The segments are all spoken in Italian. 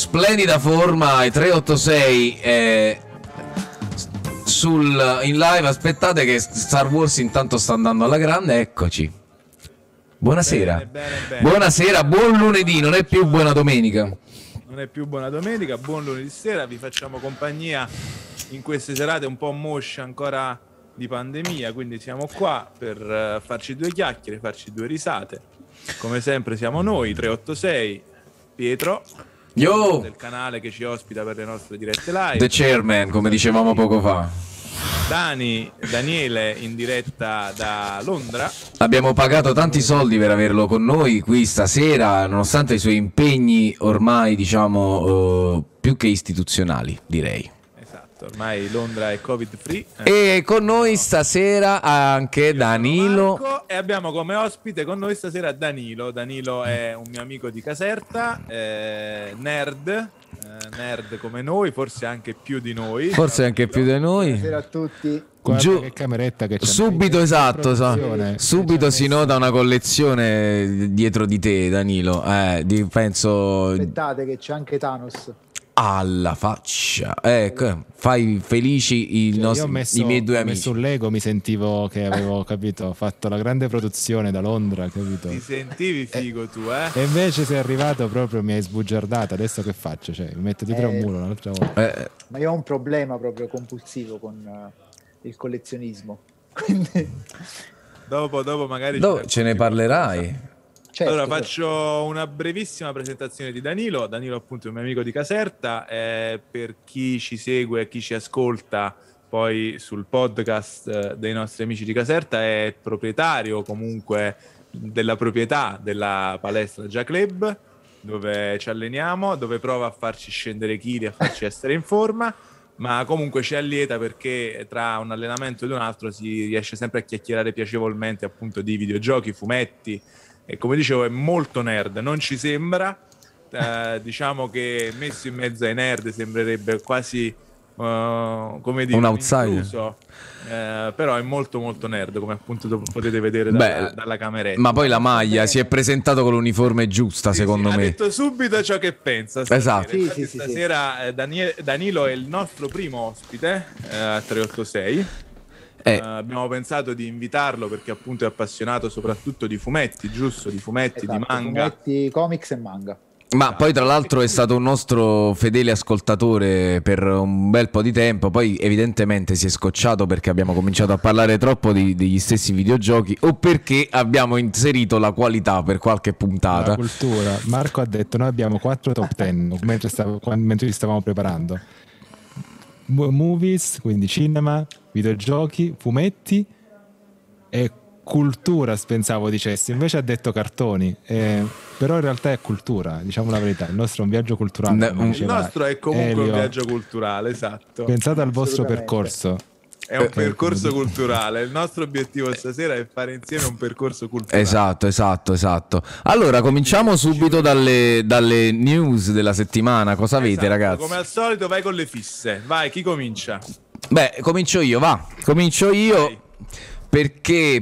splendida forma ai 386 in live. Aspettate che Star Wars intanto sta andando alla grande. Eccoci. Buonasera. Bene. Buonasera, buon lunedì, non è più buona domenica. Non è più buona domenica, buon lunedì sera. Vi facciamo compagnia in queste serate un po' mosce ancora di pandemia, quindi siamo qua per farci due chiacchiere, farci due risate. Come sempre siamo noi, 386, Pietro, Yo, del canale che ci ospita per le nostre dirette live, the chairman, come dicevamo poco fa. Daniele in diretta da Londra. Abbiamo pagato tanti soldi per averlo con noi qui stasera, nonostante i suoi impegni ormai, diciamo, più che istituzionali, direi. Esatto, ormai Londra è covid free. E con noi stasera anche Danilo. Marco, e abbiamo come ospite con noi stasera Danilo. Danilo è un mio amico di Caserta, nerd come noi, forse anche più di noi. Forse anche più di noi. Buonasera a tutti. Guarda Giù, che cameretta che c'è. subito, esatto, subito si nota nota una collezione dietro di te, Danilo. Penso Aspettate che c'è anche Thanos. alla faccia. Ecco, fai felici i miei due Ho amici. messo un Lego, mi sentivo che avevo capito, fatto la grande produzione da Londra, capito? Ti sentivi figo tu, E invece sei arrivato proprio, mi hai sbugiardato. Adesso che faccio? Cioè, mi metto dietro un muro un'altra volta. Ma io ho un problema proprio compulsivo con il collezionismo. Quindi Dopo magari Ce ne parlerai. certo, allora faccio una brevissima presentazione di Danilo. Danilo appunto è un mio amico di Caserta, per chi ci segue e chi ci ascolta poi sul podcast dei nostri amici di Caserta, è proprietario comunque della proprietà della palestra Già Club, dove ci alleniamo, dove prova a farci scendere chili, a farci essere in forma, ma comunque ci allieta perché tra un allenamento ed un altro si riesce sempre a chiacchierare piacevolmente appunto di videogiochi, fumetti, e come dicevo è molto nerd, non ci sembra, diciamo che messo in mezzo ai nerd sembrerebbe quasi come dire un outsider, intruso, però è molto molto nerd, come appunto potete vedere dalla cameretta. Ma poi la maglia si è presentato con l'uniforme giusta, secondo me. Ha detto subito ciò che pensa stasera. Esatto. Sì. Stasera Danilo è il nostro primo ospite a 386. Abbiamo pensato di invitarlo perché appunto è appassionato soprattutto di fumetti, giusto? Di fumetti, esatto, di manga. fumetti, comics e manga. Ma poi tra l'altro è stato un nostro fedele ascoltatore per un bel po' di tempo, poi evidentemente si è scocciato perché abbiamo cominciato a parlare troppo degli stessi videogiochi o perché abbiamo inserito la qualità per qualche puntata. La cultura. Marco ha detto noi abbiamo 4 top 10 mentre ci stavamo preparando. Movies, quindi cinema, videogiochi, fumetti e cultura, pensavo dicessi, invece ha detto cartoni, però in realtà è cultura, diciamo la verità, il nostro è un viaggio culturale. Il nostro è comunque Elio. un viaggio culturale, esatto. Pensate al vostro percorso. È un percorso culturale, il nostro obiettivo stasera è fare insieme un percorso culturale. Esatto. Allora cominciamo subito dalle news della settimana. Cosa avete, ragazzi? Come al solito vai con le fisse. Vai, chi comincia? Beh, comincio io. Vai. Perché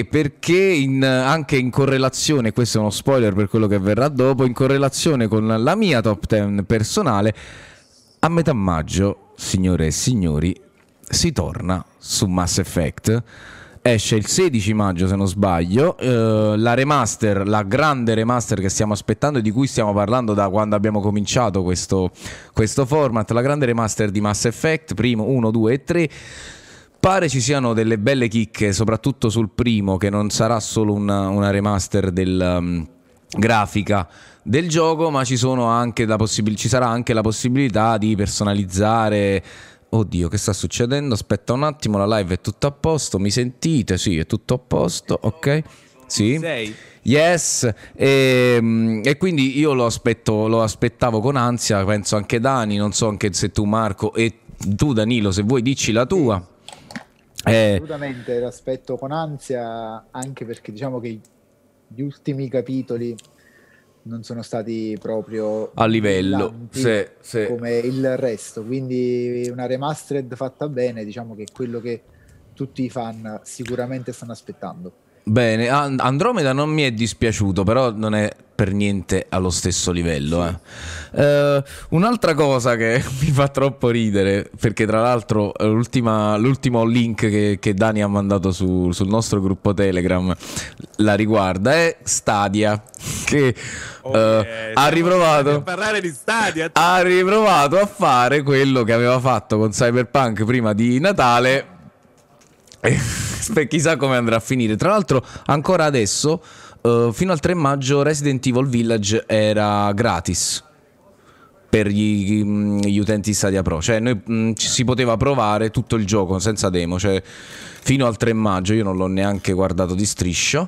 anche in correlazione, questo è uno spoiler per quello che verrà dopo, in correlazione con la mia top 10 personale, a metà maggio, signore e signori, si torna su Mass Effect. Esce il 16 maggio se non sbaglio, la remaster, la grande remaster che stiamo aspettando e di cui stiamo parlando da quando abbiamo cominciato questo format, la grande remaster di Mass Effect, primo, 1, 2 e 3. Pare ci siano delle belle chicche, soprattutto sul primo, che non sarà solo una remaster grafica del gioco, ma ci sarà anche la possibilità di personalizzare. Oddio, che sta succedendo? Aspetta un attimo, la live è tutto a posto, mi sentite? Sì, è tutto a posto, ok? Sì. Sei. Yes, e quindi io lo aspettavo con ansia, penso anche Dani, non so anche se tu Marco e tu Danilo, se vuoi dici la tua. Assolutamente l'aspetto con ansia, anche perché diciamo che gli ultimi capitoli non sono stati proprio a livello come il resto, quindi una remastered fatta bene, diciamo che è quello che tutti i fan sicuramente stanno aspettando. Bene, Andromeda non mi è dispiaciuto, però non è per niente allo stesso livello. Un'altra cosa che mi fa troppo ridere, perché tra l'altro l'ultimo link che Dani ha mandato sul nostro gruppo Telegram la riguarda, è Stadia, che ha riprovato a parlare di Stadia. Ha riprovato a fare quello che aveva fatto con Cyberpunk prima di Natale. Chissà come andrà a finire. Tra l'altro ancora adesso fino al 3 maggio Resident Evil Village era gratis per gli utenti Stadia Pro, cioè noi ci si poteva provare tutto il gioco senza demo, cioè fino al 3 maggio. Io non l'ho neanche guardato di striscio.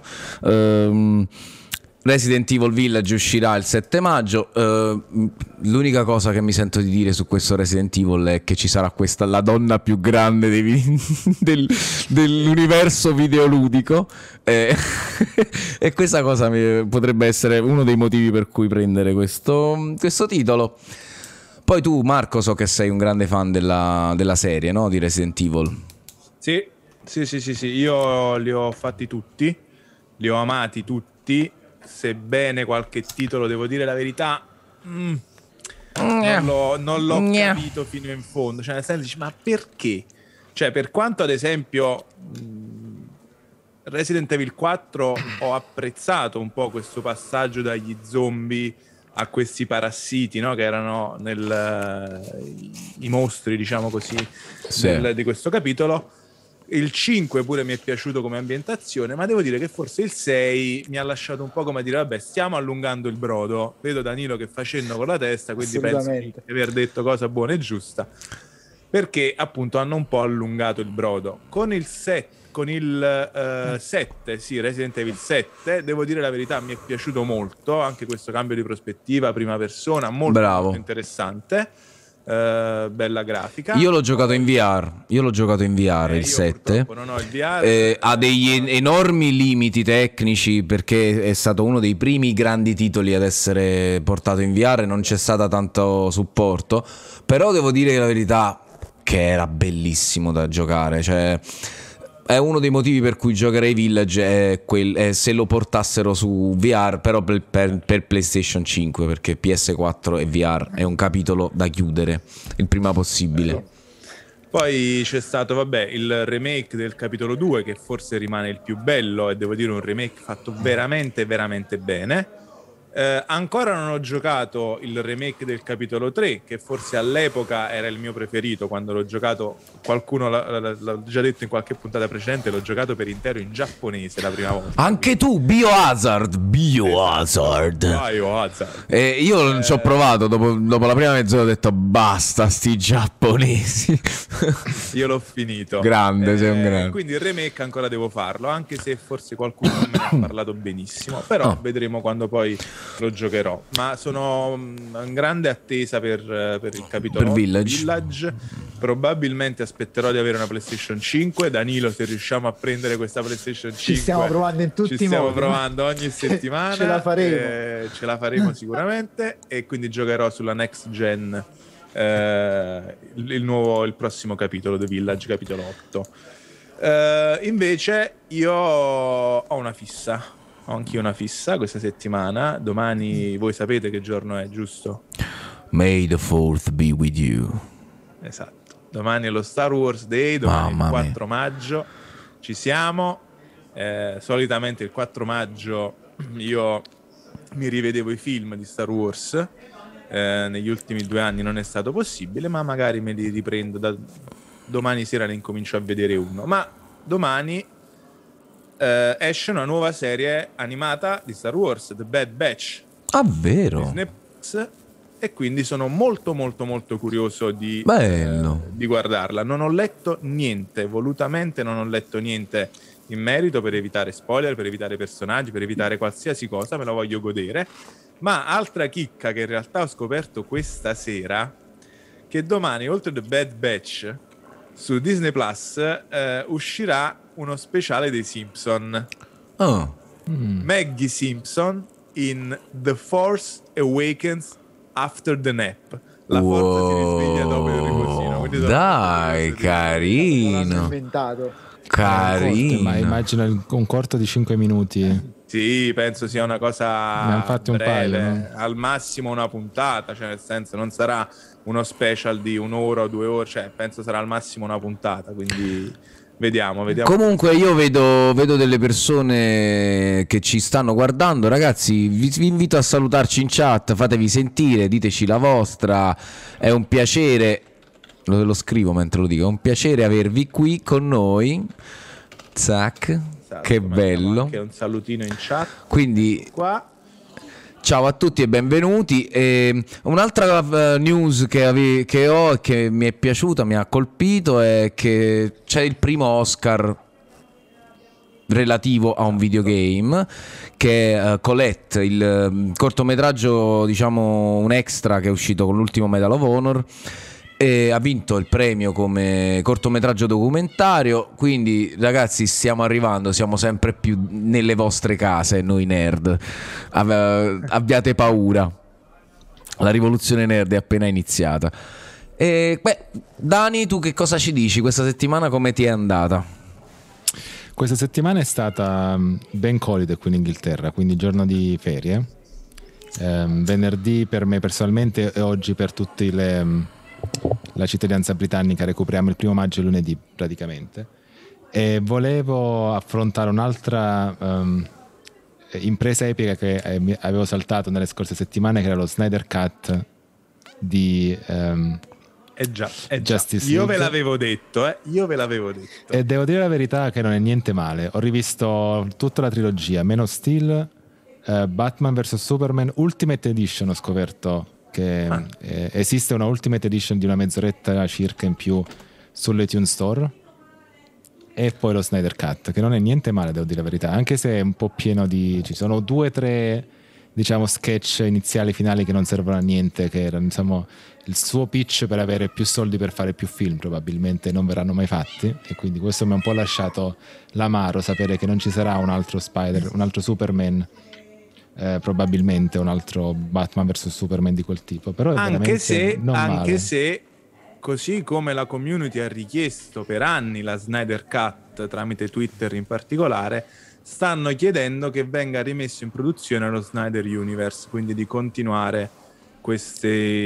Resident Evil Village uscirà il 7 maggio. L'unica cosa che mi sento di dire su questo Resident Evil è che ci sarà la donna più grande dell'universo videoludico, e questa cosa potrebbe essere uno dei motivi per cui prendere questo titolo. Poi tu, Marco, so che sei un grande fan della serie, no? Di Resident Evil. Sì, io li ho fatti tutti, li ho amati tutti, sebbene qualche titolo, devo dire la verità, non l'ho capito fino in fondo, cioè nel senso dici, ma perché? Cioè, per quanto ad esempio Resident Evil 4 ho apprezzato un po' questo passaggio dagli zombie a questi parassiti, no? Che erano i mostri, diciamo così, sì, di questo capitolo. Il 5 pure mi è piaciuto come ambientazione, ma devo dire che forse il 6 mi ha lasciato un po' come a dire, vabbè, stiamo allungando il brodo. Vedo Danilo che fa cenno con la testa, quindi penso di aver detto cosa buona e giusta, perché appunto hanno un po' allungato il brodo. Con il 7, sì, Resident Evil 7, devo dire la verità, mi è piaciuto molto, anche questo cambio di prospettiva, prima persona, molto interessante. Bella grafica. Io l'ho giocato in VR. Il 7 non ho il VR. Ha degli enormi limiti tecnici, perché è stato uno dei primi grandi titoli ad essere portato in VR e non c'è stato tanto supporto. Però devo dire la verità che era bellissimo da giocare, cioè è uno dei motivi per cui giocherei Village, è se lo portassero su VR, però per PlayStation 5, perché PS4 e VR è un capitolo da chiudere il prima possibile. Poi c'è stato, vabbè, il remake del capitolo 2, che forse rimane il più bello, e devo dire un remake fatto veramente veramente bene. Ancora non ho giocato il remake del capitolo 3, che forse all'epoca era il mio preferito quando l'ho giocato. Qualcuno l'ha già detto in qualche puntata precedente, l'ho giocato per intero in giapponese la prima volta. Anche tu, Biohazard. Io ci ho provato, dopo la prima mezz'ora ho detto basta sti giapponesi. Io l'ho finito. Grande, sei un grande. Quindi il remake ancora devo farlo, anche se forse qualcuno me ne ha parlato benissimo, però vedremo quando poi lo giocherò. Ma sono in grande attesa per il capitolo per Village. Probabilmente aspetterò di avere una PlayStation 5. Danilo, se riusciamo a prendere questa PlayStation 5, ci stiamo provando in tutti i modi. Ci stiamo provando ogni settimana. Ce la faremo sicuramente. E quindi giocherò sulla next gen il prossimo capitolo The Village, capitolo 8. Invece io ho una fissa. Ho anch'io una fissa questa settimana. Domani voi sapete che giorno è, giusto? May the 4th be with you. Esatto. Domani è lo Star Wars Day, domani è il 4 maggio. Ci siamo. Solitamente il 4 maggio io mi rivedevo i film di Star Wars. Negli ultimi 2 anni non è stato possibile, ma magari me li riprendo. Domani sera ne incomincio a vedere uno. Ma domani esce una nuova serie animata di Star Wars, The Bad Batch. Ah, vero? Disney Plus, e quindi sono molto molto molto curioso di guardarla. Non ho letto niente, volutamente non ho letto niente in merito, per evitare spoiler, per evitare personaggi, per evitare qualsiasi cosa, me la voglio godere. Ma altra chicca che in realtà ho scoperto questa sera, che domani, oltre The Bad Batch, su Disney Plus uscirà uno speciale dei Simpson. Maggie Simpson in The Force Awakens After the Nap. La forza si risveglia dopo il riposino. Dai, carino. Inventato. Carino. Ma immagina un corto di 5 minuti. Sì, penso sia una cosa Ne hanno fatti un breve, paio, no? al massimo una puntata, cioè nel senso non sarà uno special di 1 ora o 2 ore, cioè penso sarà al massimo una puntata, quindi vediamo. Comunque io vedo delle persone che ci stanno guardando, ragazzi, vi invito a salutarci in chat, fatevi sentire, diteci la vostra, è un piacere, lo scrivo mentre lo dico, è un piacere avervi qui con noi, zac, Esatto, che mettiamo bello, anche un salutino in chat quindi qua. ciao a tutti e benvenuti. Un'altra news che ho e che mi è piaciuta, mi ha colpito, è che c'è il primo Oscar relativo a un videogame, che è Colette, il cortometraggio, diciamo un extra che è uscito con l'ultimo Medal of Honor, e ha vinto il premio come cortometraggio documentario. Quindi ragazzi, stiamo arrivando, siamo sempre più nelle vostre case noi nerd, abbiate paura, la rivoluzione nerd è appena iniziata. Dani, tu che cosa ci dici questa settimana, come ti è andata? Questa settimana è stata Bank Holiday qui in Inghilterra, quindi giorno di ferie. Venerdì per me personalmente e oggi per tutti la cittadinanza britannica. Recuperiamo il 1 maggio e lunedì praticamente. E volevo affrontare un'altra impresa epica che avevo saltato nelle scorse settimane, che era lo Snyder Cut di Justice Io League. ve l'avevo detto. E devo dire la verità che non è niente male. Ho rivisto tutta la trilogia, Man of Steel, Batman vs Superman, Ultimate Edition. Ho scoperto che esiste una Ultimate Edition di una mezz'oretta circa in più sull'iTunes Store, e poi lo Snyder Cut, che non è niente male, devo dire la verità, anche se è un po' pieno ci sono 2 o 3 diciamo sketch iniziali finali che non servono a niente, che erano diciamo il suo pitch per avere più soldi per fare più film, probabilmente non verranno mai fatti, e quindi questo mi ha un po' lasciato l'amaro sapere che non ci sarà un altro Superman, probabilmente un altro Batman vs Superman di quel tipo, però è anche male. se così come la community ha richiesto per anni la Snyder Cut tramite Twitter in particolare, stanno chiedendo che venga rimesso in produzione lo Snyder Universe, quindi di continuare questa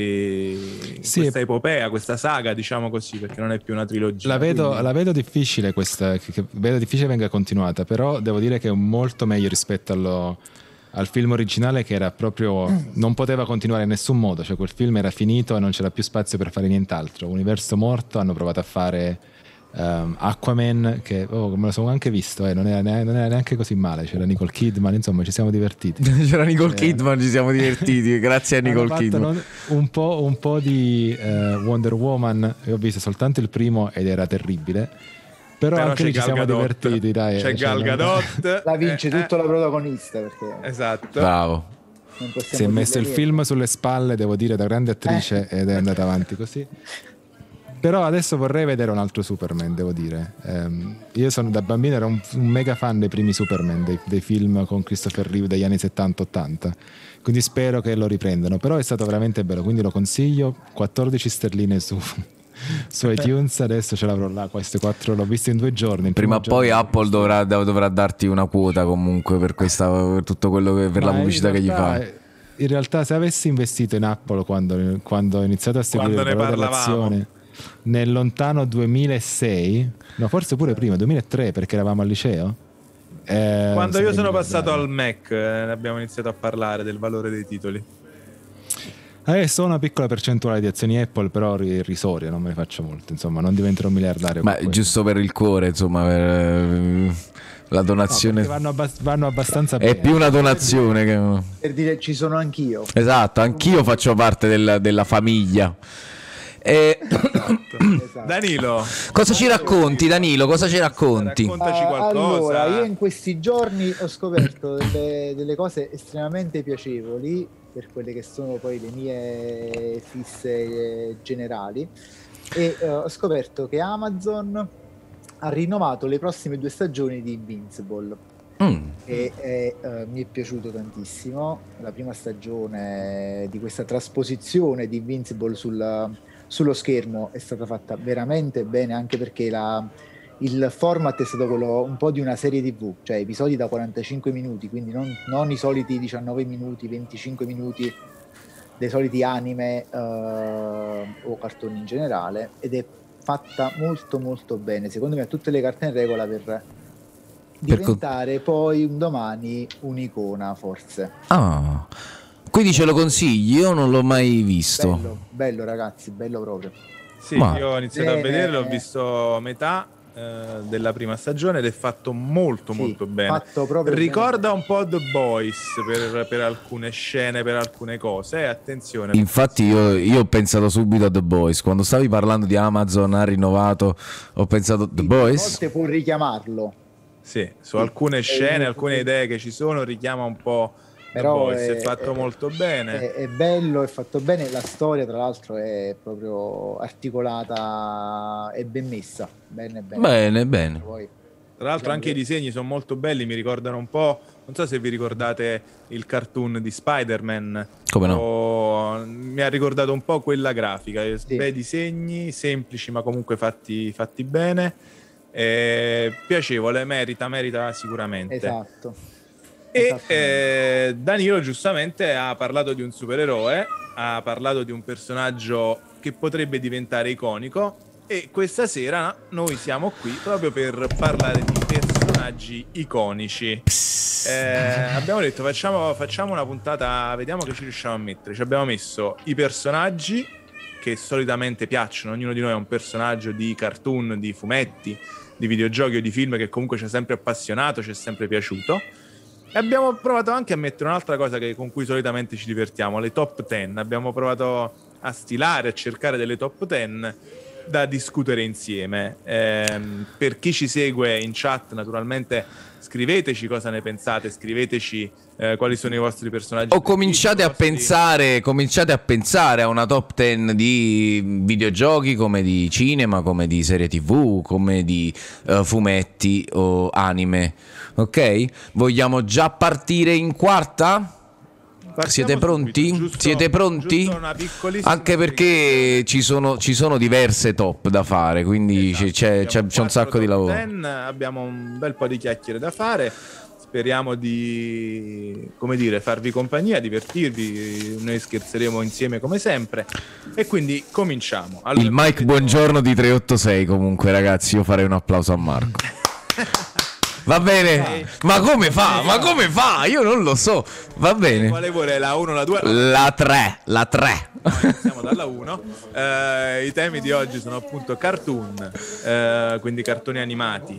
epopea, questa saga, diciamo così, perché non è più una trilogia. La vedo difficile vedo difficile venga continuata, però devo dire che è molto meglio rispetto al film originale, che era proprio non poteva continuare in nessun modo, cioè quel film era finito e non c'era più spazio per fare nient'altro, universo morto. Hanno provato a fare Aquaman, che me lo sono anche visto, non era neanche così male, c'era Nicole Kidman, insomma ci siamo divertiti. C'era Nicole Kidman, ci siamo divertiti grazie a Nicole Kidman. Un po' di Wonder Woman, e ho visto soltanto il primo ed era terribile, però anche lì ci siamo divertiti, dai. C'è Gal Gadot, la vince tutto la protagonista, perché esatto, bravo, si è messo il film sulle spalle, devo dire, da grande attrice, ed è andata avanti così. Però adesso vorrei vedere un altro Superman, devo dire. Io da bambino ero un mega fan dei primi Superman, dei film con Christopher Reeve degli anni 70-80, quindi spero che lo riprendano. Però è stato veramente bello, quindi lo consiglio. 14 sterline su iTunes, adesso ce l'avrò là, queste 4 l'ho visto in 2 giorni. Prima o poi Apple dovrà darti una quota comunque per tutto quello che, per la pubblicità che gli fa. In realtà, se avessi investito in Apple quando ho iniziato a seguire il valore dell'azione nel lontano 2006, no, forse pure prima, 2003, perché eravamo al liceo, quando io sono passato al Mac, abbiamo iniziato a parlare del valore dei titoli. Adesso ho una piccola percentuale di azioni Apple, però irrisoria, non me ne faccio molto, insomma, non diventerò miliardario. Ma giusto per il cuore, insomma, per la donazione, no, vanno abbastanza bene. È più una donazione che... per dire ci sono anch'io. Esatto, anch'io faccio parte della famiglia. Esatto. Danilo, cosa ci racconti? Raccontaci qualcosa. Allora, io in questi giorni ho scoperto delle cose estremamente piacevoli per quelle che sono poi le mie fisse generali, e ho scoperto che Amazon ha rinnovato le prossime 2 stagioni di Invincible. E mi è piaciuto tantissimo. La prima stagione di questa trasposizione di Invincible sullo schermo è stata fatta veramente bene, anche perché il format è stato quello un po' di una serie TV, cioè episodi da 45 minuti, quindi non i soliti 19 minuti, 25 minuti dei soliti anime o cartoni in generale, ed è fatta molto molto bene. Secondo me ha tutte le carte in regola per diventare poi un domani un'icona, forse. Ah, quindi ce lo consigli? Io non l'ho mai visto. Bello, bello ragazzi, bello proprio. Sì, Ma- io ho iniziato a vedere, l'ho visto metà della prima stagione ed è fatto molto Sì, molto bene. fatto proprio Ricorda bene. un po' The Boys per alcune scene, per alcune cose. Attenzione. Infatti io ho pensato subito a The Boys. Quando stavi parlando di Amazon ha rinnovato, ho pensato The Sì, a Boys. volte può richiamarlo, Sì, su alcune scene, alcune idee che ci sono, richiama un po' The però Boys. È fatto molto bene. è bello, è fatto bene. La storia, tra l'altro, è proprio articolata e ben messa. Bene, bene. Bene, bene. Poi, Tra l'altro anche i disegni sono molto belli, mi ricordano un po', non so se vi ricordate il cartoon di Spider-Man. Come no? Mi ha ricordato un po' quella grafica, Sì. bei disegni, semplici ma comunque fatti bene. Piacevole, merita sicuramente. esatto. E Esattamente. Danilo giustamente ha parlato di un supereroe, ha parlato di un personaggio che potrebbe diventare iconico, e questa sera noi siamo qui proprio per parlare di personaggi iconici. Abbiamo detto facciamo una puntata, vediamo che ci riusciamo a mettere. Ci abbiamo messo i personaggi che solitamente piacciono, ognuno di noi è un personaggio di cartoon, di fumetti, di videogiochi o di film che comunque ci ha sempre appassionato, ci è sempre piaciuto. E abbiamo provato anche a mettere un'altra cosa con cui solitamente ci divertiamo, le top 10. Abbiamo provato a stilare, a cercare delle top 10 da discutere insieme. Per chi ci segue in chat, naturalmente scriveteci cosa ne pensate, scriveteci quali sono i vostri personaggi O cominciate a pensare a una top 10 di videogiochi, come di cinema, come di serie TV, come di fumetti o anime. Ok? Vogliamo già partire in quarta? Siete pronti? Siete pronti? Anche perché ci sono diverse top da fare, quindi c'è un sacco di lavoro. Abbiamo un bel po' di chiacchiere da fare. Speriamo di, come dire, farvi compagnia, divertirvi. Noi scherzeremo insieme come sempre. E quindi cominciamo. Allora, Il Mike Buongiorno di 386, comunque, ragazzi, io farei un applauso a Marco. Va bene? Ma come fa? Ma come fa? Io non lo so. Va bene. Quale vuole, la 1 o la 2? La 3. La 3. Iniziamo dalla 1. I temi di oggi sono appunto cartoon, quindi cartoni animati,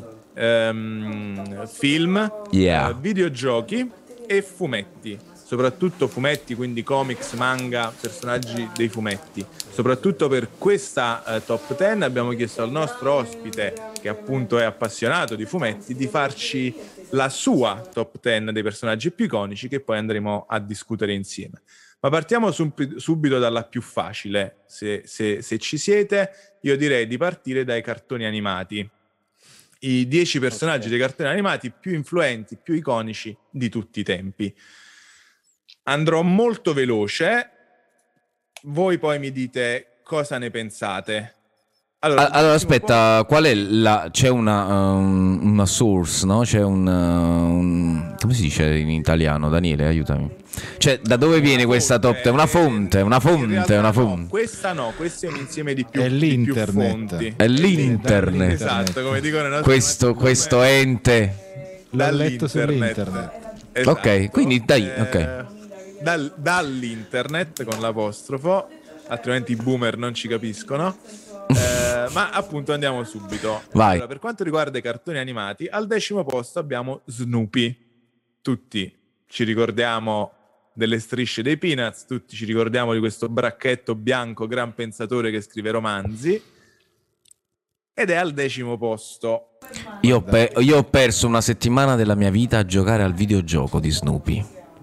film, Yeah. videogiochi e fumetti. Soprattutto fumetti, quindi comics, manga, personaggi dei fumetti. Soprattutto per questa top 10 abbiamo chiesto al nostro ospite, che appunto è appassionato di fumetti, di farci la sua top 10 dei personaggi più iconici, che poi andremo a discutere insieme. Ma partiamo subito dalla più facile. Se ci siete, io direi di partire dai cartoni animati. I 10 personaggi dei cartoni animati più influenti, più iconici di tutti i tempi. Andrò molto veloce, voi poi mi dite cosa ne pensate. Allora aspetta, qual è la... c'è una source, no? C'è un come si dice in italiano, Daniele, aiutami. Cioè, da dove viene questa top 10? Una fonte. No, questa è un insieme di più, È l'internet. di più fonti. È l'internet. Esatto, come dicono i nostri Questo ente. L'ho letto sull'internet. Esatto. Ok, quindi dai, ok. Dall'internet con l'apostrofo, altrimenti i boomer non ci capiscono. Ma appunto andiamo subito. Vai. Allora, per quanto riguarda i cartoni animati, al 10° posto abbiamo Snoopy. Tutti ci ricordiamo delle strisce dei Peanuts, tutti ci ricordiamo di questo bracchetto bianco gran pensatore che scrive romanzi, ed è al 10° posto. Io ho perso una settimana della mia vita a giocare al videogioco di Snoopy.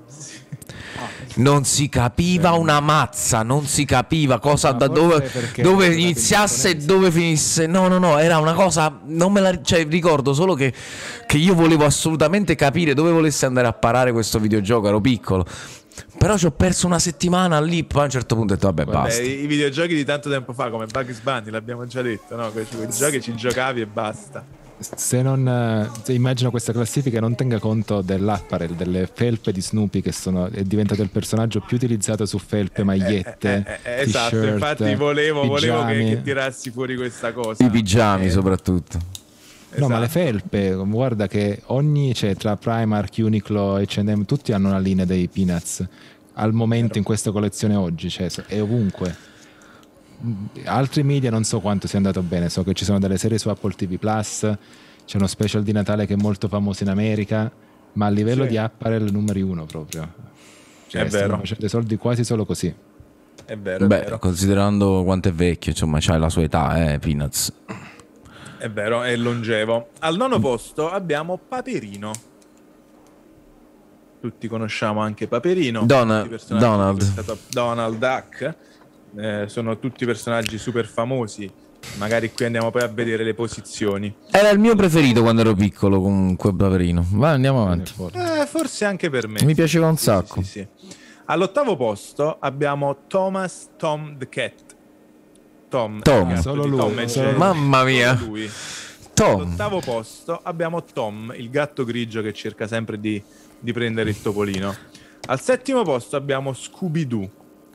Non si capiva una mazza, non si capiva cosa, Ma da forse dove perché iniziasse e la dove finisse. No, era una cosa, non me la, cioè, ricordo solo che io volevo assolutamente capire dove volesse andare a parare questo videogioco, ero piccolo. Però ci ho perso una settimana lì, poi a un certo punto ho detto vabbè, basta. I videogiochi di tanto tempo fa, come Bugs Bunny, l'abbiamo già detto, no? Quei giochi ci giocavi e basta. se immagino questa classifica non tenga conto dell'apparel, delle felpe di Snoopy è diventato il personaggio più utilizzato su felpe, magliette, esatto, t-shirt, infatti volevo pigiami. che tirassi fuori questa cosa. I pigiami soprattutto. No, ma le Esatto. felpe, guarda che cioè, tra Primark, Uniqlo, H&M, tutti hanno una linea dei Peanuts al momento in questa collezione oggi, cioè è ovunque. Altri media non so quanto sia andato bene, so che ci sono delle serie su Apple TV Plus, c'è uno special di Natale che è molto famoso in America, ma a livello Sì. di apparel numeri uno proprio, cioè È stanno vero. facendo soldi quasi solo così. È vero, è Beh, vero. considerando quanto è vecchio, insomma, c'ha la sua età, Peanuts. È vero, è longevo. Al nono posto abbiamo Paperino. Tutti conosciamo anche Paperino. Donald- tutti i personaggi Donald. di questa Donald Duck. Sono tutti personaggi super famosi. Magari qui andiamo poi a vedere le posizioni. Era il mio preferito quando ero piccolo, comunque, Paperino. Vai, andiamo avanti. Forse anche per me. Mi piaceva un Sì, sacco. sì, sì. All'ottavo posto abbiamo Thomas Tom the Cat. Tom. Tom. il gatto Solo di lui, Tom e solo Jerry. Mamma mia. Solo lui. Tom. All'ottavo posto abbiamo Tom, il gatto grigio che cerca sempre di prendere il topolino. Al settimo posto abbiamo Scooby-Doo.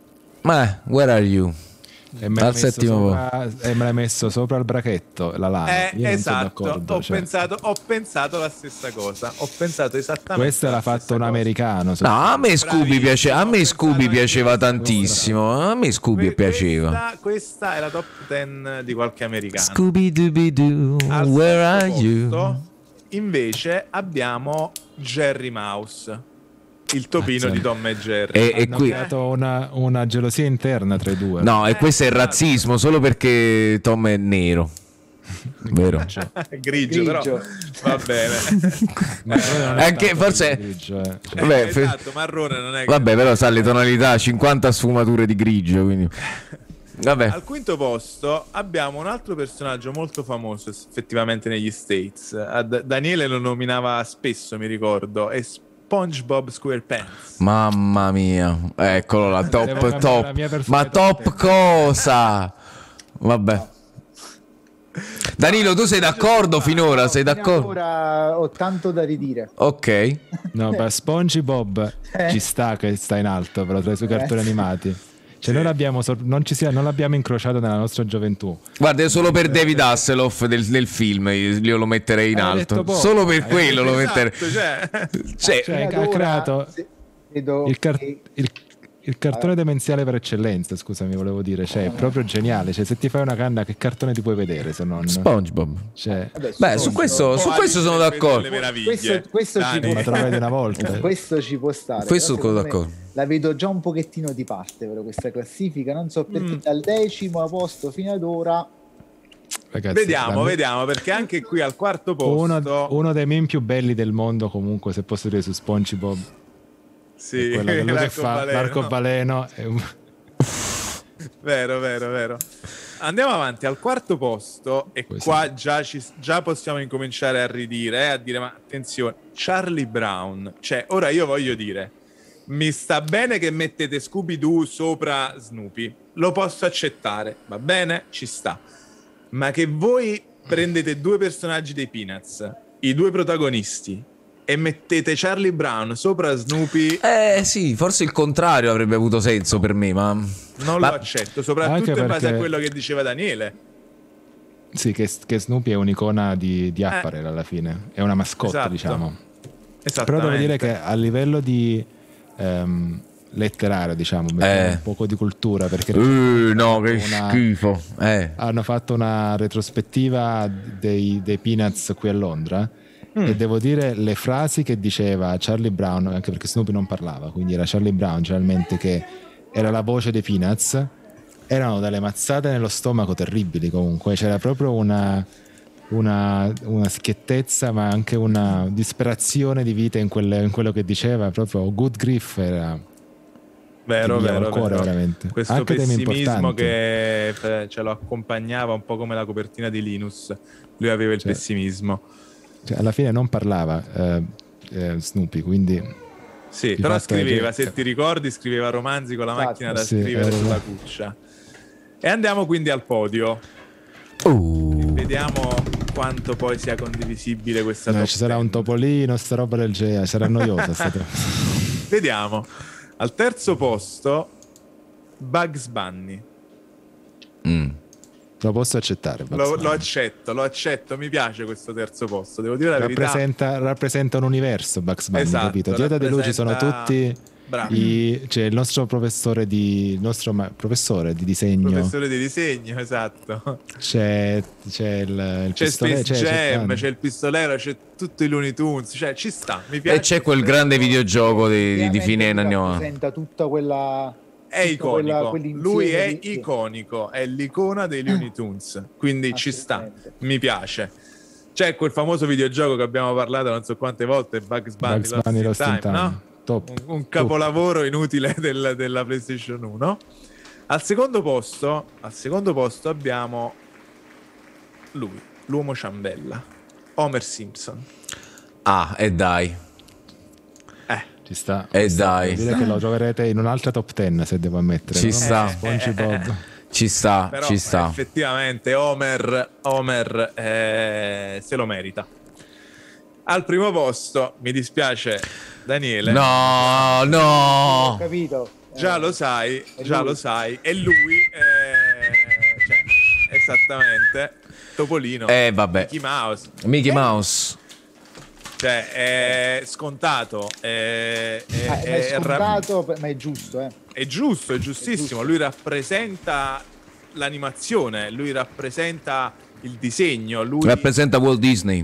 Ma, where are you? E me Al settimo l'hai messo sopra il brachetto la lana. Io non sono Esatto, d'accordo, ho, cioè. pensato la stessa cosa. Ho pensato esattamente Questa la l'ha fatto stessa un cosa. americano. No, a me Scooby Bravissimo, piaceva, a me ho Scooby pensato piaceva anche io. tantissimo. A me Scooby piaceva. Questa è la top 10 di qualche americano. Scooby Dooby Doo, Al where are sesto you? posto, invece abbiamo Jerry Mouse, il topino di Tom e Jerry. E Hanno qui creato una gelosia interna tra i due. no, e questo è il razzismo solo perché Tom è nero. Vero? grigio, però Grigio. va bene. Marrone non è Anche tanto forse- grigio, Vabbè, Esatto, marrone non è che... Vabbè, però sa le tonalità, 50 sfumature di grigio, quindi vabbè. Al quinto posto abbiamo un altro personaggio molto famoso effettivamente negli States. Daniele lo nominava spesso, mi ricordo, è SpongeBob SquarePants. Mamma mia. Eccolo la Devo top cambiare top. la mia Ma personalità. top cosa? Vabbè. Danilo, tu sei d'accordo finora? Sei Fino d'accordo? Ora ho tanto da ridire. Ok. No, per SpongeBob ci sta che sta in alto, però tra i suoi cartoni animati. Cioè, noi l'abbiamo non l'abbiamo incrociato nella nostra gioventù. Guarda, io solo per David Hasselhoff del film io lo metterei in Hai alto. detto poco. Solo per quello lo metterei. Esatto, cioè... Cioè, Cioè, Ad ha ora, creato vedo il, che- il cartone demenziale per eccellenza, scusami, volevo dire. Cioè, è proprio geniale. Cioè, se ti fai una canna, che cartone ti puoi vedere se non... SpongeBob. Cioè, vabbè, Beh, su questo sono d'accordo. Questo ci Dani. la trovai di una volta. questo ci può stare. Questo però sono secondo me d'accordo. La vedo già un pochettino di parte, però, questa classifica. Non so perché dal 10° posto fino ad ora. Ragazzi, Vediamo, perché anche qui al quarto posto... uno dei meme più belli del mondo, comunque, se posso dire, su SpongeBob. Sì, Quella che lui che fa l'arcobaleno è un... Vero. Andiamo avanti al quarto posto e Questo. qua già possiamo incominciare a ridire, a dire ma attenzione, Charlie Brown. Cioè, ora io voglio dire, mi sta bene che mettete Scooby-Doo sopra Snoopy, lo posso accettare, va bene, ci sta. Ma che voi prendete due personaggi dei Peanuts, i due protagonisti, e mettete Charlie Brown sopra Snoopy, Sì, forse il contrario avrebbe avuto senso per me, ma non lo accetto, soprattutto Anche in base a perché- quello che diceva Daniele. Sì, che Snoopy è un'icona di apparel alla fine. È una mascotte, Esatto. diciamo. Però Esattamente. devo dire che a livello di letterario, diciamo, mettiamo un poco di cultura, perché no, che Una- schifo. hanno fatto una retrospettiva dei Peanuts qui a Londra e devo dire le frasi che diceva Charlie Brown, anche perché Snoopy non parlava, quindi era Charlie Brown generalmente che era la voce dei Peanuts, erano delle mazzate nello stomaco terribili. Comunque c'era proprio una schiettezza, ma anche una disperazione di vita in quello che diceva. Proprio good grief era Vero, ti pigliava vero, il cuore, vero. veramente. Questo Anche temi pessimismo importanti. che ce lo accompagnava un po' come la copertina di Linus. Lui aveva il Cioè, pessimismo. Cioè, alla fine non parlava Snoopy, quindi Sì, il però fatto è scriveva, che- se ti ricordi, scriveva romanzi con la Esatto. macchina da Sì, scrivere era- sulla cuccia. E andiamo quindi al podio. Vediamo quanto poi sia condivisibile questa top ci sarà 10. un topolino, sta roba del genere, sarà noiosa. Vediamo. Al terzo posto Bugs Bunny. Lo posso accettare. Lo accetto, mi piace questo terzo posto, devo dire la verità. Rappresenta un universo Bugs Bunny, Esatto, capito? Dietro di lui ci sono tutti c'è il nostro professore di disegno. Professore di disegno, esatto. C'è il Space Jam, c'è il pistolero, c'è tutto i Looney Tunes, cioè ci sta, mi piace. E c'è quel grande videogioco di fine anni 90. Presenta tutta quella... È iconico, lui è iconico, è l'icona dei Looney Tunes, quindi ci sta, mi piace. C'è quel famoso videogioco che abbiamo parlato non so quante volte, Bugs Bunny Lost in Time, no? Un capolavoro inutile della PlayStation 1. Al secondo posto abbiamo lui, l'uomo ciambella, Homer Simpson. Ah, e dai. Ci sta. Dai. Direi che lo troverete in un'altra top 10 se devo ammettere. Ci sta. SpongeBob. Ci sta, però, ci sta. Effettivamente Homer se lo merita. Al primo posto, mi dispiace Daniele. No. Ho capito. Già lo sai. E lui, esattamente, Topolino. Vabbè. Mickey Mouse. Cioè, è scontato. È scontato, ma è giusto, È giusto, è giustissimo. Lui rappresenta l'animazione, lui rappresenta il disegno, lui rappresenta Walt Disney.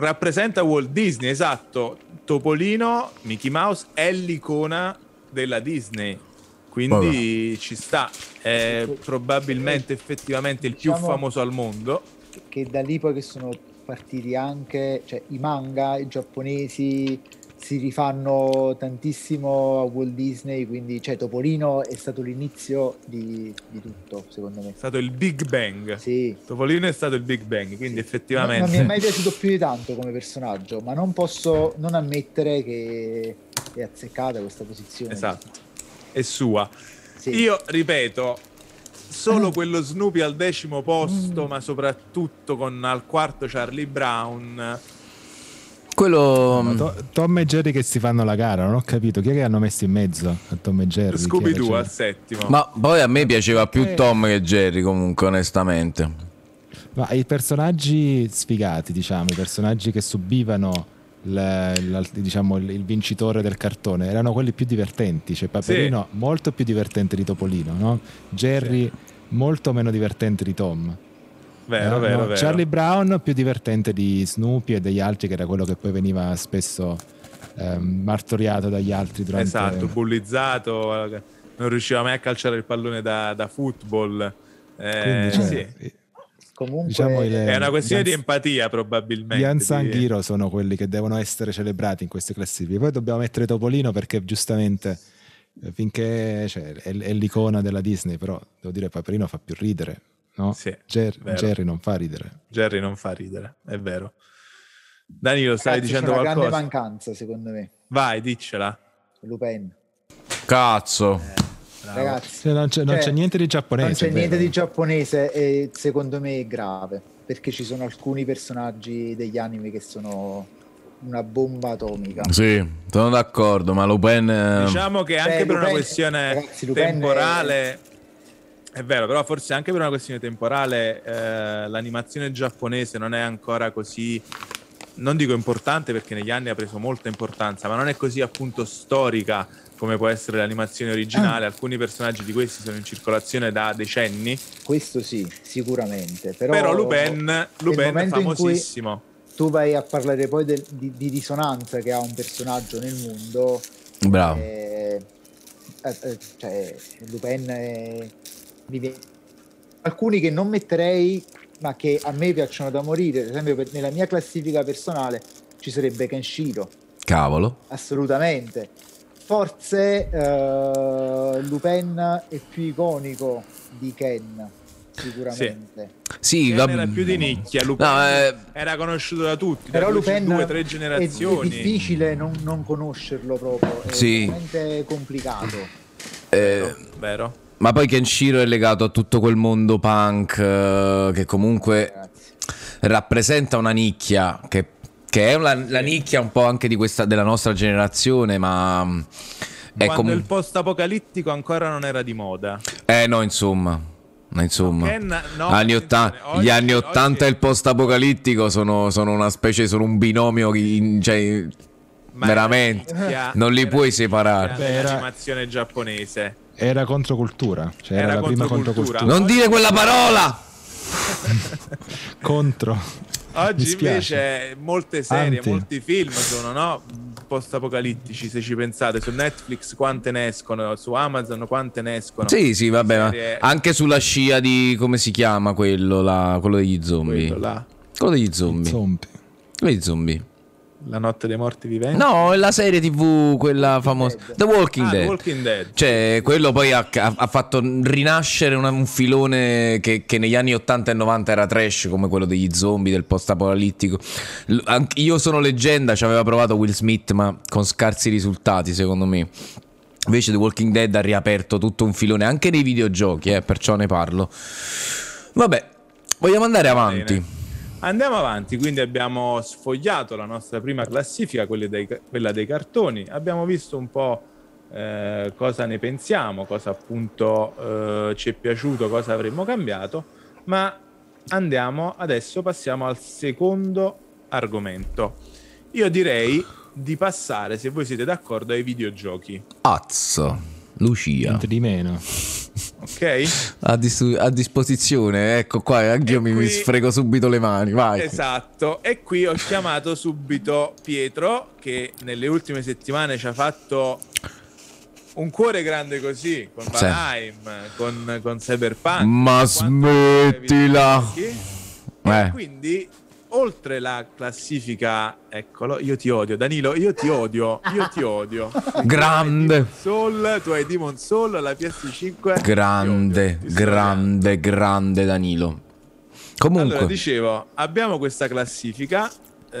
Esatto. Topolino, Mickey Mouse è l'icona della Disney, quindi ci sta. È probabilmente effettivamente il più famoso al mondo. Che da lì poi che sono partiti anche, cioè i manga, i giapponesi si rifanno tantissimo a Walt Disney, quindi cioè Topolino è stato l'inizio di tutto, secondo me. È stato il Big Bang. Sì. Topolino è stato il Big Bang, quindi effettivamente... Non mi è mai piaciuto più di tanto come personaggio, ma non posso non ammettere che è azzeccata questa posizione. Esatto, è sua. Sì. Io ripeto, solo quello Snoopy al 10° posto, ma soprattutto con al 4° Charlie Brown... Quello Tom e Jerry che si fanno la gara, non ho capito chi è che hanno messo in mezzo a Tom e Jerry. Scooby-Doo al 7°. Ma poi a me piaceva più Tom che Jerry, comunque, onestamente. Ma i personaggi sfigati, diciamo, i personaggi che subivano il vincitore del cartone erano quelli più divertenti. Cioè Paperino molto più divertente di Topolino, no? Jerry molto meno divertente di Tom. Vero. Charlie Brown più divertente di Snoopy e degli altri, che era quello che poi veniva spesso martoriato dagli altri durante... Esatto, bullizzato, non riusciva mai a calciare il pallone da football. Sì. Comunque diciamo è una questione di empatia, probabilmente. Gli unsung hero sono quelli che devono essere celebrati in queste classifiche. Poi dobbiamo mettere Topolino perché giustamente finché è l'icona della Disney, però devo dire Paperino fa più ridere. No? Sì, Jerry non fa ridere. Jerry non fa ridere, è vero. Danilo, stai dicendo c'è una qualcosa? grande mancanza, secondo me. Vai, diccela. Lupin. Cazzo. Ragazzi, non c'è niente di giapponese. Non c'è niente di giapponese e secondo me è grave, perché ci sono alcuni personaggi degli anime che sono una bomba atomica. Sì, sono d'accordo, ma Lupin... Diciamo che anche per una questione ragazzi, temporale... È vero, però forse anche per una questione temporale l'animazione giapponese non è ancora così, non dico importante perché negli anni ha preso molta importanza, ma non è così appunto storica come può essere l'animazione originale. Alcuni personaggi di questi sono in circolazione da decenni. Questo sì, sicuramente. Però Lupin è famosissimo. Tu vai a parlare poi di risonanza che ha un personaggio nel mondo. Bravo. Cioè, Lupin è... alcuni che non metterei ma che a me piacciono da morire. Per esempio nella mia classifica personale ci sarebbe Kenshiro. Cavolo. Assolutamente. Forse Lupin è più iconico di Ken, sicuramente. Sì, Ken era più di nicchia. Lupin era conosciuto da tutti, però da Lupin 2 o 3 generazioni. È difficile non conoscerlo proprio, è veramente complicato. Vero. Ma poi Kenshiro è legato a tutto quel mondo punk che comunque rappresenta una nicchia che è la nicchia un po' anche di questa, della nostra generazione, ma è quando il post-apocalittico ancora non era di moda. No, insomma. Gli oggi, anni 80 e il post-apocalittico sono una specie, sono un binomio, cioè, veramente non li puoi separare. Era l'animazione giapponese. Era controcultura, cioè era la prima controcultura. Non dire quella parola! Contro. Oggi invece molte serie, molti film sono, no, post-apocalittici, se ci pensate. Su Netflix quante ne escono, su Amazon quante ne escono. Sì, vabbè, serie... ma anche sulla scia di, come si chiama quello degli zombie. Quello degli zombie. La notte dei morti viventi? No, è la serie TV, quella famosa, The Walking Dead. The Walking Dead. Cioè, quello poi ha fatto rinascere un filone che negli anni 80 e 90 era trash, come quello degli zombie, del post-apocalittico. Io sono leggenda, ci aveva provato Will Smith, ma con scarsi risultati, secondo me. Invece The Walking Dead ha riaperto tutto un filone, anche nei videogiochi, perciò ne parlo. Vabbè, vogliamo andare avanti. Bene. Andiamo avanti, quindi abbiamo sfogliato la nostra prima classifica, quella dei cartoni, abbiamo visto un po' cosa ne pensiamo, cosa appunto ci è piaciuto, cosa avremmo cambiato, ma passiamo al secondo argomento. Io direi di passare, se voi siete d'accordo, ai videogiochi. Azzo, Lucia. Niente di meno. Ok? A disposizione, ecco qua, anch'io mi sfrego subito le mani, vai. Esatto, e qui ho chiamato subito Pietro, che nelle ultime settimane ci ha fatto un cuore grande così, con Valheim, con Cyberpunk. Ma smettila! E quindi, oltre la classifica, eccolo, io ti odio Danilo, io ti odio. Grande tu hai Demon Soul, la PS5. Grande Danilo. Comunque, allora, dicevo, abbiamo questa classifica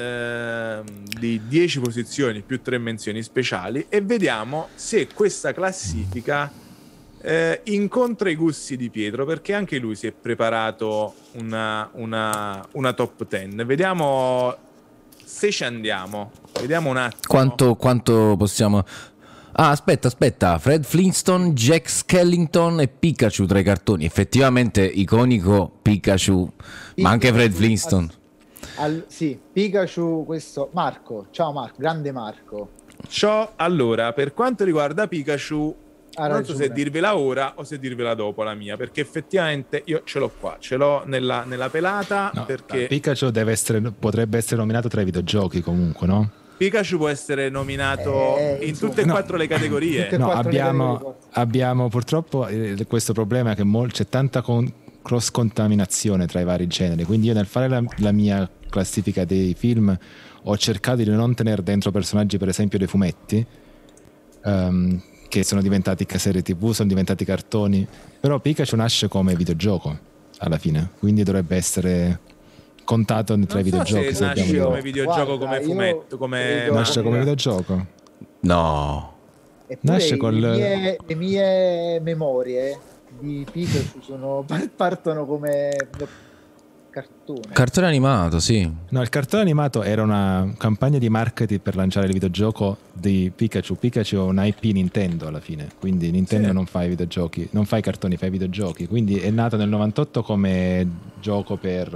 di 10 posizioni più 3 menzioni speciali e vediamo se questa classifica incontra i gusti di Pietro, perché anche lui si è preparato una top 10. Vediamo se ci andiamo. Vediamo un attimo quanto possiamo. Aspetta, Fred Flintstone, Jack Skellington e Pikachu tra i cartoni. Effettivamente iconico Pikachu, ma anche Fred Flintstone. Sì, Pikachu, questo Marco. Ciao Marco, grande Marco. Allora, per quanto riguarda Pikachu, non so se dirvela ora o se dirvela dopo la mia, perché effettivamente io ce l'ho qua, ce l'ho nella pelata. No, perché Pikachu potrebbe essere nominato tra i videogiochi comunque, no? Pikachu può essere nominato in tutte e quattro le categorie. No, abbiamo purtroppo questo problema che c'è tanta cross contaminazione tra i vari generi, quindi io nel fare la mia classifica dei film ho cercato di non tenere dentro personaggi, per esempio, dei fumetti, che sono diventati serie TV, sono diventati cartoni, però Pikachu nasce come videogioco alla fine, quindi dovrebbe essere contato tra i videogiochi. Se nasce come videogioco, come fumetto, nasce come videogioco. No. Nasce con le mie memorie di Pikachu partono come cartone animato, sì. No, il cartone animato era una campagna di marketing per lanciare il videogioco di Pikachu. Pikachu è un IP Nintendo alla fine, quindi Nintendo non fa i videogiochi, non fa i cartoni, fa i videogiochi, quindi è nato nel 98 come gioco per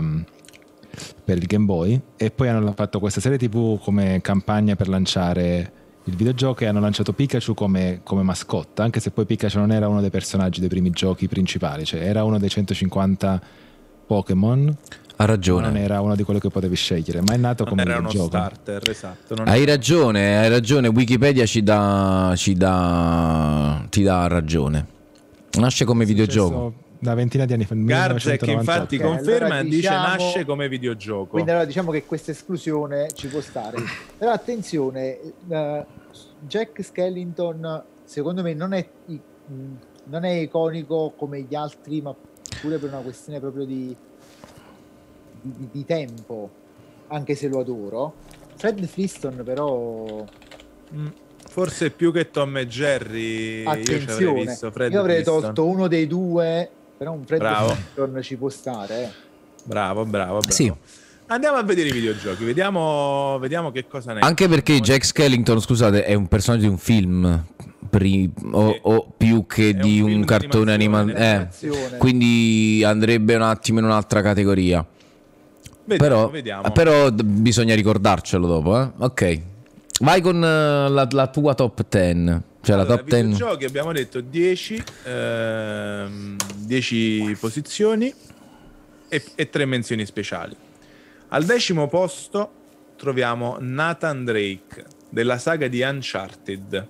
il Game Boy e poi hanno fatto questa serie TV come campagna per lanciare il videogioco e hanno lanciato Pikachu come mascotta, anche se poi Pikachu non era uno dei personaggi dei primi giochi principali, cioè era uno dei 150 Pokémon. Ha ragione. Non era uno di quelli che potevi scegliere, ma è nato come era videogioco. Uno starter, esatto. Hai ragione. Wikipedia ti dà ragione. Nasce come videogioco. Da ventina di anni fa. Garzek che infatti conferma, allora dice nasce come videogioco. Quindi allora diciamo che questa esclusione ci può stare. Però attenzione, Jack Skellington secondo me non è iconico come gli altri, ma pure per una questione proprio di tempo, anche se lo adoro. Fred Flintstone però forse più che Tom e Jerry. Attenzione, io avrei tolto uno dei due, però un Fred Flintstone ci può stare. Bravo. Sì. Andiamo a vedere i videogiochi, vediamo che cosa ne è. Anche perché Jack Skellington, scusate, è un personaggio di un film o più che È di un un film cartone d'animazione, animazione. quindi andrebbe un attimo in un'altra categoria. Vediamo. Però bisogna ricordarcelo dopo, eh? Ok. Vai con la tua top 10. Cioè Allora, la top 10. videogiochi abbiamo detto 10 posizioni e 3 menzioni speciali. Al 10° posto troviamo Nathan Drake della saga di Uncharted.